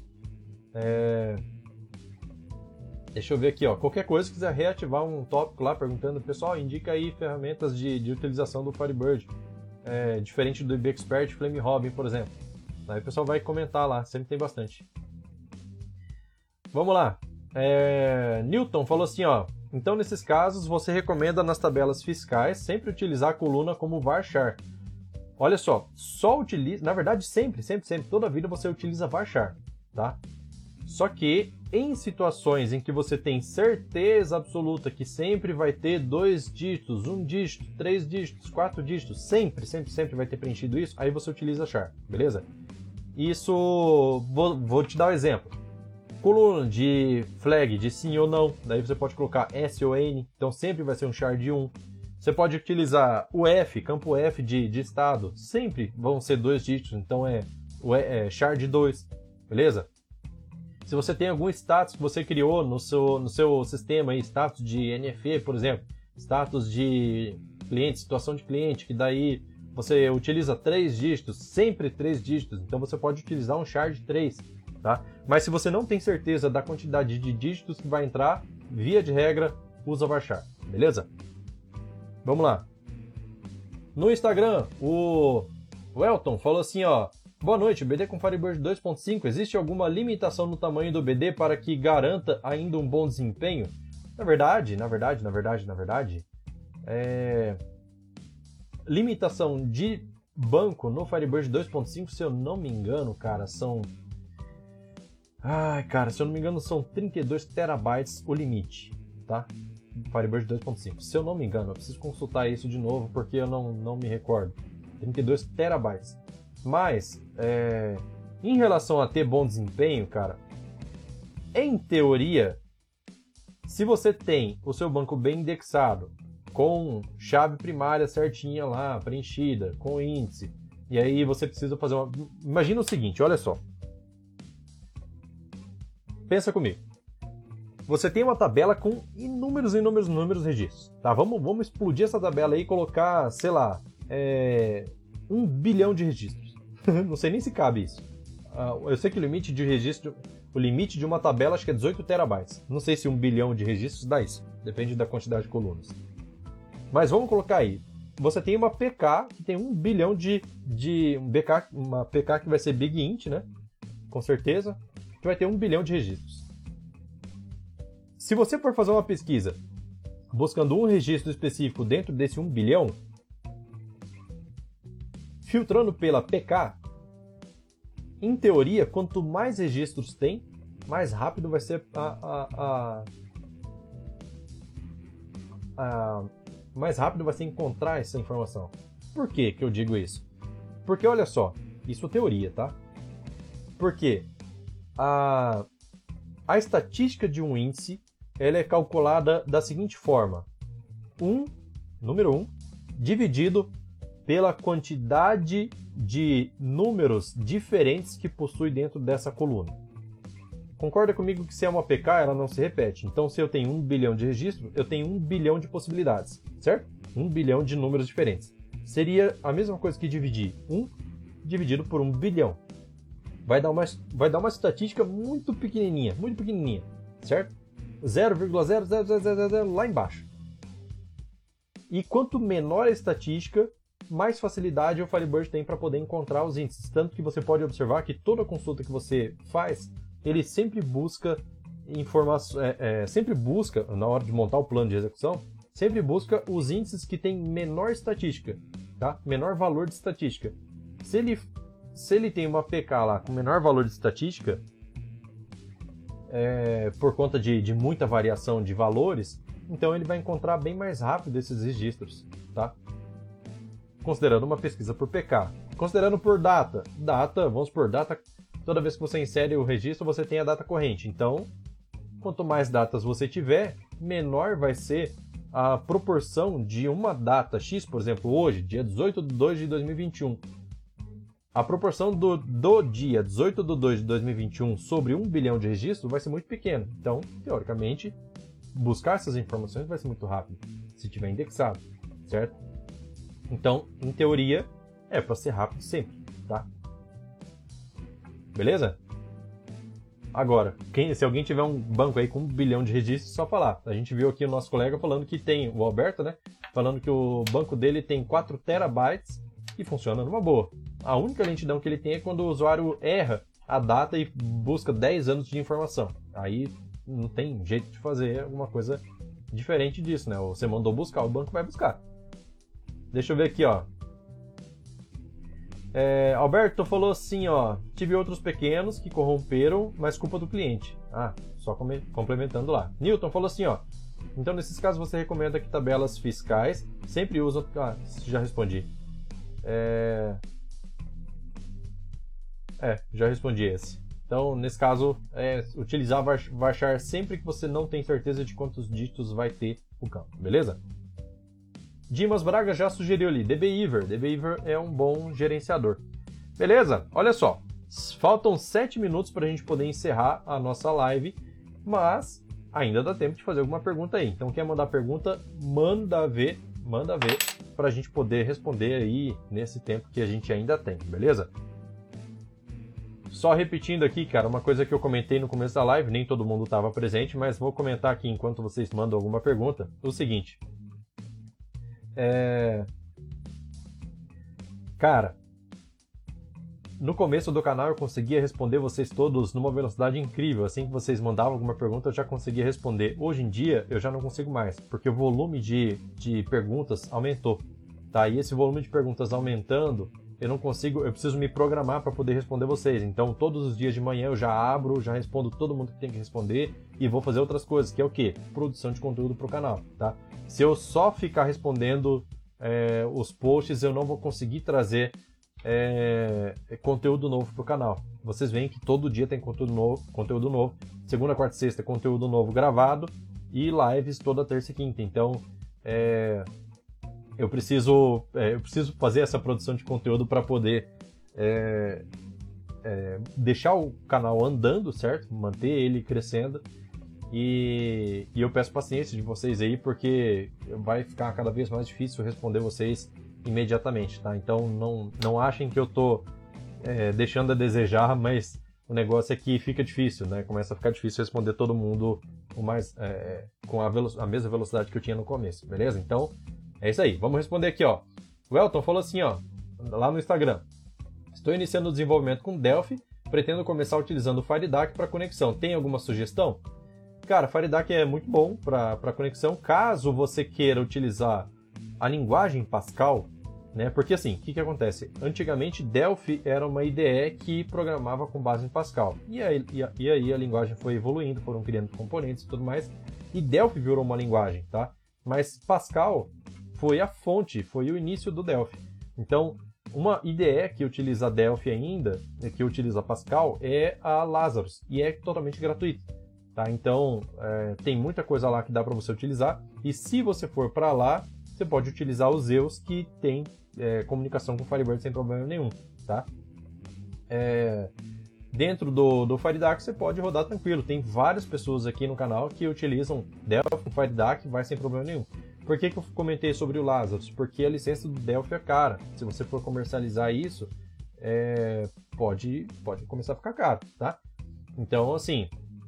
Deixa eu ver aqui, ó. Qualquer coisa, se quiser reativar um tópico lá perguntando, pessoal, indica aí ferramentas de utilização do Firebird. Diferente do IBExpert, Flame Robin, por exemplo. Aí o pessoal vai comentar lá, sempre tem bastante. Vamos lá. Newton falou assim, ó. Então, nesses casos, você recomenda nas tabelas fiscais sempre utilizar a coluna como varchar. Olha só utiliza... Na verdade, sempre, toda a vida você utiliza varchar, tá? Só que em situações em que você tem certeza absoluta que sempre vai ter 2 dígitos, 1 dígito, 3 dígitos, 4 dígitos, sempre vai ter preenchido isso, aí você utiliza char, beleza? Isso, vou te dar um exemplo. Coluna de flag de sim ou não, daí você pode colocar S ou N, então sempre vai ser um char de 1. Você pode utilizar o F, campo F de estado, sempre vão ser 2 dígitos, então é char de 2, beleza? Se você tem algum status que você criou no seu sistema, aí, status de NFE, por exemplo, status de cliente, situação de cliente, que daí você utiliza 3 dígitos, sempre 3 dígitos, então você pode utilizar um char de 3, tá? Mas se você não tem certeza da quantidade de dígitos que vai entrar, via de regra, usa varchar, beleza? Vamos lá. No Instagram, o Elton falou assim, ó. Boa noite, BD com Firebird 2.5, existe alguma limitação no tamanho do BD para que garanta ainda um bom desempenho? Na verdade, limitação de banco no Firebird 2.5, se eu não me engano, cara, são... se eu não me engano, são 32 terabytes o limite, tá? Firebird 2.5, se eu não me engano, eu preciso consultar isso de novo porque eu não me recordo. 32 terabytes. Mas, em relação a ter bom desempenho, cara, em teoria, se você tem o seu banco bem indexado, com chave primária certinha lá, preenchida, com índice, e aí você precisa fazer uma... Imagina o seguinte, olha só. Pensa comigo. Você tem uma tabela com inúmeros registros, tá? Vamos explodir essa tabela aí e colocar, sei lá, 1 bilhão de registros. Não sei nem se cabe isso. Eu sei que o limite de registro, o limite de uma tabela acho que é 18 terabytes. Não sei se 1 bilhão de registros dá isso. Depende da quantidade de colunas. Mas vamos colocar aí. Você tem uma PK que tem 1 bilhão uma PK que vai ser Big Int, né? Com certeza. Que vai ter 1 bilhão de registros. Se você for fazer uma pesquisa buscando um registro específico dentro desse 1 bilhão, filtrando pela PK, em teoria, quanto mais registros tem, mais rápido vai ser mais rápido vai ser encontrar essa informação. Por que eu digo isso? Porque, olha só, isso é teoria, tá? Porque a estatística de um índice ela é calculada da seguinte forma. Número 1, dividido pela quantidade de números diferentes que possui dentro dessa coluna. Concorda comigo que se é uma PK, ela não se repete. Então, se eu tenho 1 bilhão de registros, eu tenho 1 bilhão de possibilidades, certo? 1 bilhão de números diferentes. Seria a mesma coisa que dividir 1 dividido por 1 bilhão. Vai dar uma estatística muito pequenininha, certo? 0,0000 lá embaixo. E quanto menor a estatística, mais facilidade o Firebird tem para poder encontrar os índices. Tanto que você pode observar que toda consulta que você faz, ele sempre busca informações, sempre busca, na hora de montar o plano de execução, sempre busca os índices que têm menor estatística, tá? Menor valor de estatística. Se ele tem uma PK lá com menor valor de estatística, por conta de muita variação de valores, então ele vai encontrar bem mais rápido esses registros, tá? Considerando uma pesquisa por PK. Considerando por data, vamos supor, toda vez que você insere o registro, você tem a data corrente. Então, quanto mais datas você tiver, menor vai ser a proporção de uma data X, por exemplo, hoje, dia 18 de 2 de 2021. A proporção do dia 18 de 2 de 2021 sobre 1 bilhão de registros vai ser muito pequena. Então, teoricamente, buscar essas informações vai ser muito rápido, se tiver indexado, certo? Então, em teoria, é para ser rápido sempre, tá? Beleza? Agora, se alguém tiver um banco aí com 1 bilhão de registros, só falar. A gente viu aqui o nosso colega falando que tem, o Alberto, né? Falando que o banco dele tem 4 terabytes e funciona numa boa. A única lentidão que ele tem é quando o usuário erra a data e busca 10 anos de informação. Aí não tem jeito de fazer alguma coisa diferente disso, né? Você mandou buscar, o banco vai buscar. Deixa eu ver aqui, ó. Alberto falou assim, ó. Tive outros pequenos que corromperam, mas culpa do cliente. Só complementando lá. Newton falou assim, ó. Então, nesses casos, você recomenda que tabelas fiscais sempre usam... já respondi. Já respondi esse. Então, nesse caso, utilizar varchar sempre que você não tem certeza de quantos dígitos vai ter o campo, beleza? Dimas Braga já sugeriu ali, DBeaver. DBeaver é um bom gerenciador. Beleza? Olha só, faltam 7 minutos para a gente poder encerrar a nossa live, mas ainda dá tempo de fazer alguma pergunta aí. Então, quer mandar pergunta, manda ver, para a gente poder responder aí nesse tempo que a gente ainda tem, beleza? Só repetindo aqui, cara, uma coisa que eu comentei no começo da live, nem todo mundo estava presente, mas vou comentar aqui enquanto vocês mandam alguma pergunta, o seguinte. Cara, no começo do canal eu conseguia responder vocês todos numa velocidade incrível. Assim que vocês mandavam alguma pergunta eu já conseguia responder. Hoje em dia eu já não consigo mais, porque o volume de perguntas aumentou, tá? E esse volume de perguntas aumentando, eu preciso me programar para poder responder vocês. Então todos os dias de manhã eu já abro, já respondo todo mundo que tem que responder e vou fazer outras coisas, que é o quê? Produção de conteúdo para o canal, tá? Se eu só ficar respondendo os posts, eu não vou conseguir trazer conteúdo novo para o canal. Vocês veem que todo dia tem conteúdo novo. Segunda, quarta e sexta, conteúdo novo gravado e lives toda terça e quinta. Então, eu preciso fazer essa produção de conteúdo para poder deixar o canal andando, certo? Manter ele crescendo. E eu peço paciência de vocês aí, porque vai ficar cada vez mais difícil responder vocês imediatamente, tá? Então não achem que eu tô deixando a desejar, mas o negócio é que fica difícil, né? Começa a ficar difícil responder todo mundo com a mesma velocidade que eu tinha no começo, beleza? Então, é isso aí. Vamos responder aqui, ó. O Elton falou assim, ó, lá no Instagram. Estou iniciando o desenvolvimento com Delphi, pretendo começar utilizando o FireDAC para conexão. Tem alguma sugestão? Cara, FireDuck é muito bom para conexão, caso você queira utilizar a linguagem Pascal, né? Porque assim, o que acontece? Antigamente, Delphi era uma IDE que programava com base em Pascal. E aí a linguagem foi evoluindo, foram criando componentes e tudo mais, e Delphi virou uma linguagem, tá? Mas Pascal foi a fonte, foi o início do Delphi. Então, uma IDE que utiliza Delphi ainda, que utiliza Pascal, é a Lazarus, e é totalmente gratuita. Tá? Então, tem muita coisa lá que dá para você utilizar, e se você for para lá, você pode utilizar os Zeus que tem comunicação com o Firebird sem problema nenhum. Tá? Dentro do FireDuck você pode rodar tranquilo. Tem várias pessoas aqui no canal que utilizam Delphi, FireDuck, vai sem problema nenhum. Por que eu comentei sobre o Lazarus? Porque a licença do Delphi é cara. Se você for comercializar isso, pode começar a ficar caro, tá? Então, assim,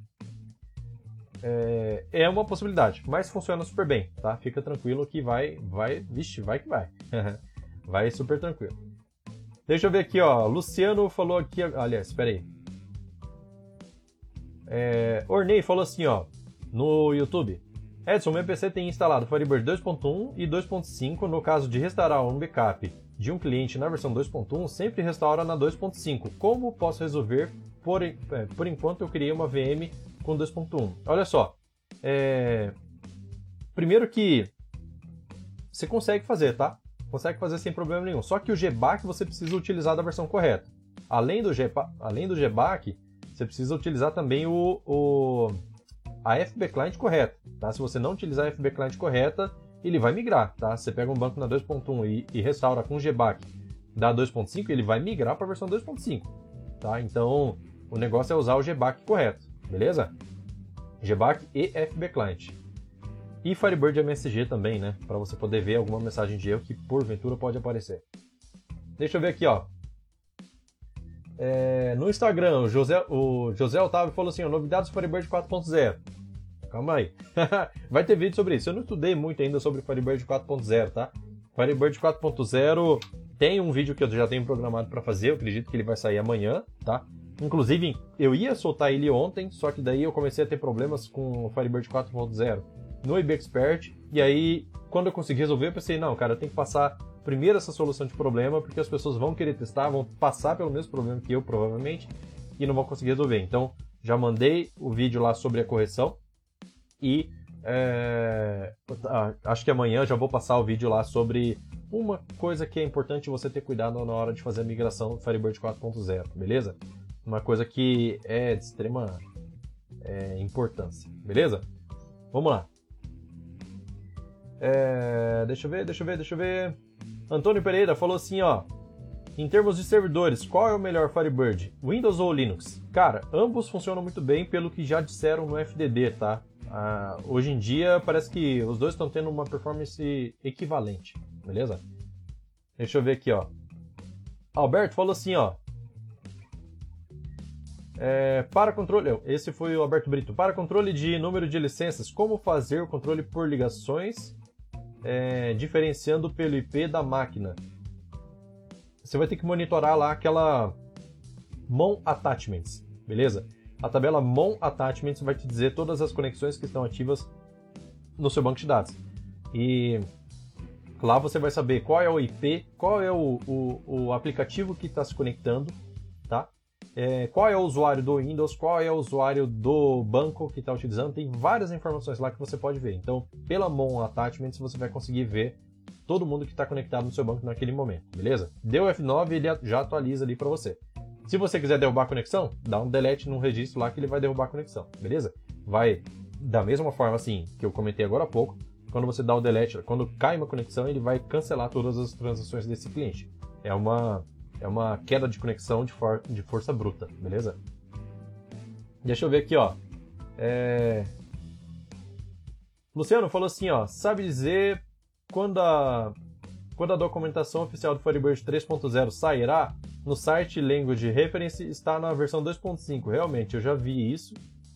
é uma possibilidade, mas funciona super bem, tá? Fica tranquilo que vai que vai. Vai super tranquilo. Deixa eu ver aqui, ó. Luciano falou aqui, aliás, espera aí. Ornei falou assim, ó, no YouTube. Edson, meu PC tem instalado Firebird 2.1 e 2.5. No caso de restaurar um backup de um cliente na versão 2.1, sempre restaura na 2.5. Como posso resolver? Por enquanto eu criei uma VM com 2.1. Olha só. Primeiro que você consegue fazer, tá? Consegue fazer sem problema nenhum. Só que o GBAC você precisa utilizar da versão correta. Além do GBAC, você precisa utilizar também a FB Client correta, tá? Se você não utilizar a FB Client correta, ele vai migrar, tá? Você pega um banco na 2.1 e restaura com o GBAC da 2.5, ele vai migrar para a versão 2.5, tá? Então, o negócio é usar o GBAC correto, beleza? GBAC e FB Client. E Firebird MSG também, né? Para você poder ver alguma mensagem de erro que porventura pode aparecer. Deixa eu ver aqui, ó. No Instagram, o José Otávio falou assim, ó, novidades do Firebird 4.0. Calma aí. Vai ter vídeo sobre isso. Eu não estudei muito ainda sobre Firebird 4.0, tá? Firebird 4.0 tem um vídeo que eu já tenho programado para fazer. Eu acredito que ele vai sair amanhã, tá? Inclusive, eu ia soltar ele ontem, só que daí eu comecei a ter problemas com o Firebird 4.0 no IBExpert. E aí, quando eu consegui resolver, eu pensei, não, cara, eu tenho que passar primeiro essa solução de problema, porque as pessoas vão querer testar, vão passar pelo mesmo problema que eu, provavelmente, e não vão conseguir resolver. Então, já mandei o vídeo lá sobre a correção, e acho que amanhã já vou passar o vídeo lá sobre uma coisa que é importante você ter cuidado na hora de fazer a migração do Firebird 4.0, beleza? Uma coisa que é de extrema importância, beleza? Vamos lá. Deixa eu ver. Antônio Pereira falou assim, ó. Em termos de servidores, qual é o melhor Firebird? Windows ou Linux? Cara, ambos funcionam muito bem pelo que já disseram no FDD, tá? Hoje em dia parece que os dois estão tendo uma performance equivalente, beleza? Deixa eu ver aqui, ó. Alberto falou assim, ó. Para controle... Esse foi o Alberto Brito. Para controle de número de licenças, como fazer o controle por ligações, diferenciando pelo IP da máquina? Você vai ter que monitorar lá aquela Mon Attachments, beleza? A tabela Mon Attachments vai te dizer todas as conexões que estão ativas no seu banco de dados. E lá você vai saber qual é o IP, qual é o aplicativo que está se conectando, tá? Qual é o usuário do Windows, qual é o usuário do banco que está utilizando. Tem várias informações lá que você pode ver. Então, pela Mon Attachments, você vai conseguir ver todo mundo que está conectado no seu banco naquele momento, beleza? Deu F9, ele já atualiza ali para você. Se você quiser derrubar a conexão, dá um delete no registro lá que ele vai derrubar a conexão, beleza? Vai da mesma forma assim que eu comentei agora há pouco, quando você dá o delete, quando cai uma conexão, ele vai cancelar todas as transações desse cliente. É uma queda de conexão de força bruta, beleza? Deixa eu ver aqui, ó. Luciano falou assim, ó. Sabe dizer quando a documentação oficial do Firebird 3.0 sairá? No site Language Reference está na versão 2.5. Realmente, eu já vi isso.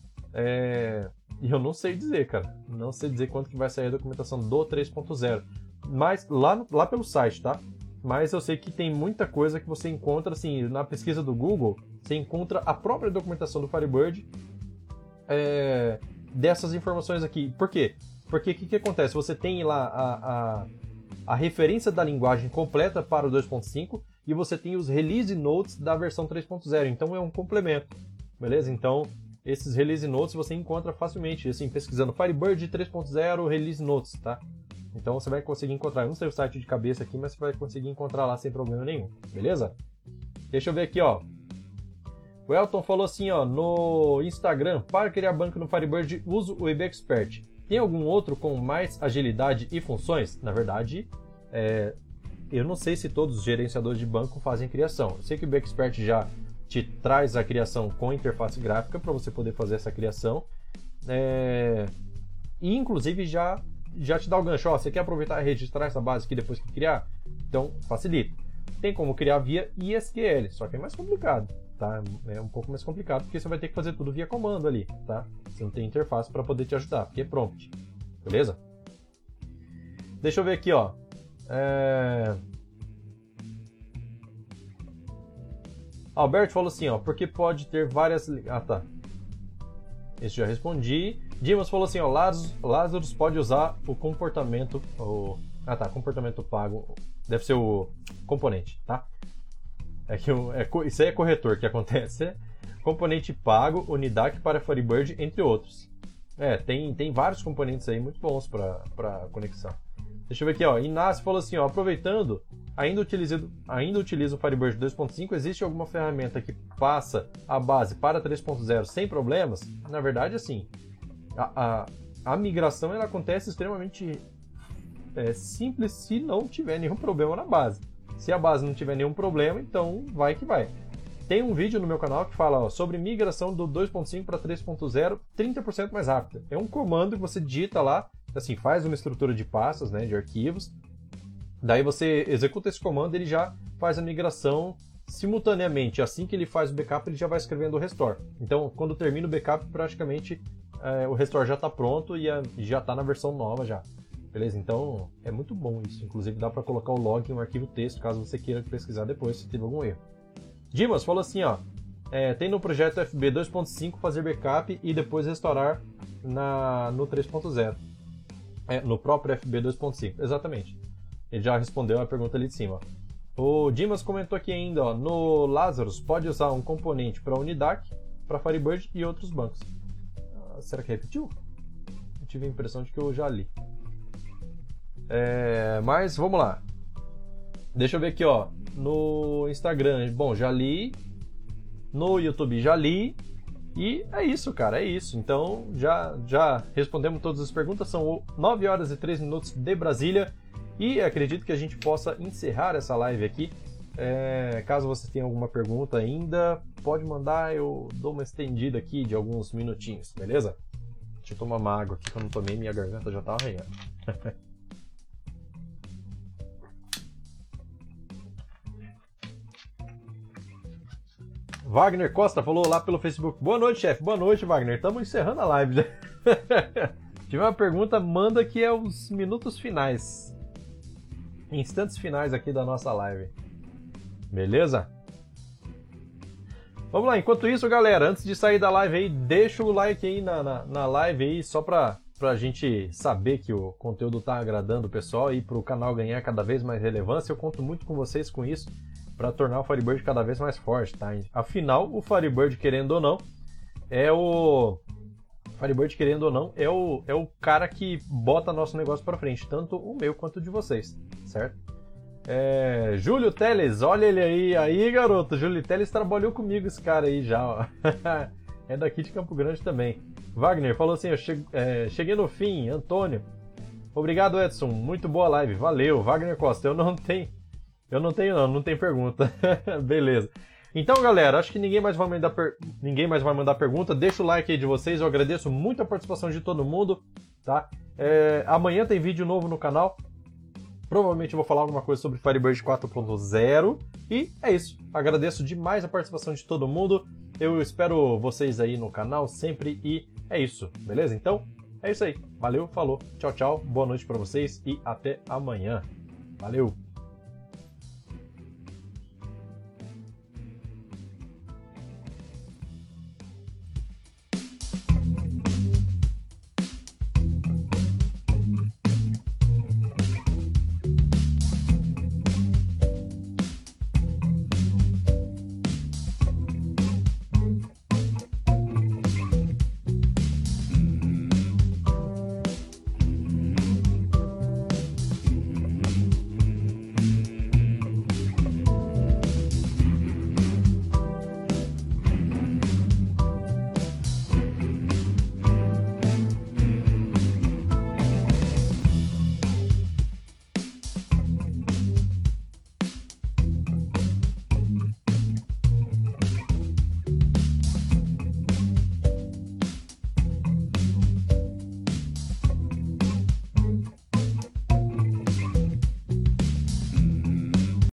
E eu não sei dizer, cara. Não sei dizer quando que vai sair a documentação do 3.0. Mas lá pelo site, tá? Mas eu sei que tem muita coisa que você encontra, assim, na pesquisa do Google, você encontra a própria documentação do Firebird dessas informações aqui. Por quê? Porque o que acontece? Você tem lá a referência da linguagem completa para o 2.5 e você tem os release notes da versão 3.0. Então é um complemento, beleza? Então esses release notes você encontra facilmente, assim, pesquisando Firebird 3.0 release notes, tá? Então você vai conseguir encontrar. Eu não sei o site de cabeça aqui, mas você vai conseguir encontrar lá sem problema nenhum, beleza? Deixa eu ver aqui, ó. O Elton falou assim, ó, no Instagram: para criar banco no Firebird, uso o IB Expert. Tem algum outro com mais agilidade e funções? Na verdade, eu não sei se todos os gerenciadores de banco fazem criação. Eu sei que o IB Expert já te traz a criação com interface gráfica para você poder fazer essa criação. E inclusive já te dá o gancho. Ó, você quer aproveitar e registrar essa base aqui depois que criar? Então facilita. Tem como criar via ISQL, só que é mais complicado. Tá? É um pouco mais complicado porque você vai ter que fazer tudo via comando ali, tá? Você não tem interface para poder te ajudar, porque é prompt, beleza? Deixa eu ver aqui, ó. Alberto falou assim, ó, porque pode ter várias... Ah, tá. Esse já respondi. Dimas falou assim, ó, Lazarus pode usar o comportamento... Ah, tá, comportamento pago. Deve ser o componente, tá? Isso aí é corretor que acontece. Componente pago, Unidac para Firebird, entre outros. Tem vários componentes aí muito bons para conexão. Deixa eu ver aqui, ó. Inácio falou assim, ó, aproveitando, ainda utilizo o Firebird 2.5, existe alguma ferramenta que passa a base para 3.0 sem problemas? Na verdade, assim, a migração ela acontece extremamente simples se não tiver nenhum problema na base. Se a base não tiver nenhum problema, então vai que vai. Tem um vídeo no meu canal que fala, ó, sobre migração do 2.5 para 3.0 30% mais rápida. É um comando que você digita lá, assim, faz uma estrutura de pastas, né, de arquivos. Daí você executa esse comando e ele já faz a migração simultaneamente. Assim que ele faz o backup, ele já vai escrevendo o restore. Então, quando termina o backup, praticamente o restore já está pronto e já está na versão nova já. Beleza? Então, é muito bom isso. Inclusive, dá para colocar o log em um arquivo texto, caso você queira pesquisar depois se teve algum erro. Dimas falou assim, ó, tem no projeto FB 2.5 fazer backup e depois restaurar no 3.0. No próprio FB 2.5, exatamente. Ele já respondeu a pergunta ali de cima. O Dimas comentou aqui ainda, ó, no Lazarus pode usar um componente para Unidac, para Firebird e outros bancos. Será que repetiu? Eu tive a impressão de que eu já li. Mas vamos lá. Deixa eu ver aqui, ó. No Instagram, bom, já li. No YouTube já li. E é isso, cara, é isso. Então já respondemos todas as perguntas. São 9 horas e 3 minutos de Brasília. E acredito que a gente possa encerrar essa live aqui. Caso você tenha alguma pergunta ainda, pode mandar. Eu dou uma estendida aqui de alguns minutinhos, beleza? Deixa eu tomar uma água aqui que eu não tomei, minha garganta já tá arranhando. Wagner Costa falou lá pelo Facebook. Boa noite, chefe. Boa noite, Wagner. Estamos encerrando a live. Tive uma pergunta, manda que é os minutos finais. Instantes finais aqui da nossa live. Beleza? Vamos lá. Enquanto isso, galera, antes de sair da live aí, deixa o like aí na live aí, só pra gente saber que o conteúdo tá agradando o pessoal e pro canal ganhar cada vez mais relevância. Eu conto muito com vocês com isso, para tornar o Firebird cada vez mais forte, tá? Afinal, o Firebird, querendo ou não, é o cara que bota nosso negócio para frente, tanto o meu quanto o de vocês, certo? Júlio Teles, olha ele aí, garoto. Júlio Teles trabalhou comigo, esse cara aí já, ó. É daqui de Campo Grande também. Wagner falou assim, cheguei no fim, Antônio. Obrigado, Edson, muito boa live, valeu. Wagner Costa, não tem pergunta. Beleza. Então, galera, acho que ninguém mais vai mandar pergunta. Deixa o like aí de vocês. Eu agradeço muito a participação de todo mundo, tá? Amanhã tem vídeo novo no canal. Provavelmente eu vou falar alguma coisa sobre Firebird 4.0. E é isso. Agradeço demais a participação de todo mundo. Eu espero vocês aí no canal sempre. E é isso, beleza? Então, é isso aí. Valeu, falou. Tchau, tchau. Boa noite pra vocês e até amanhã. Valeu!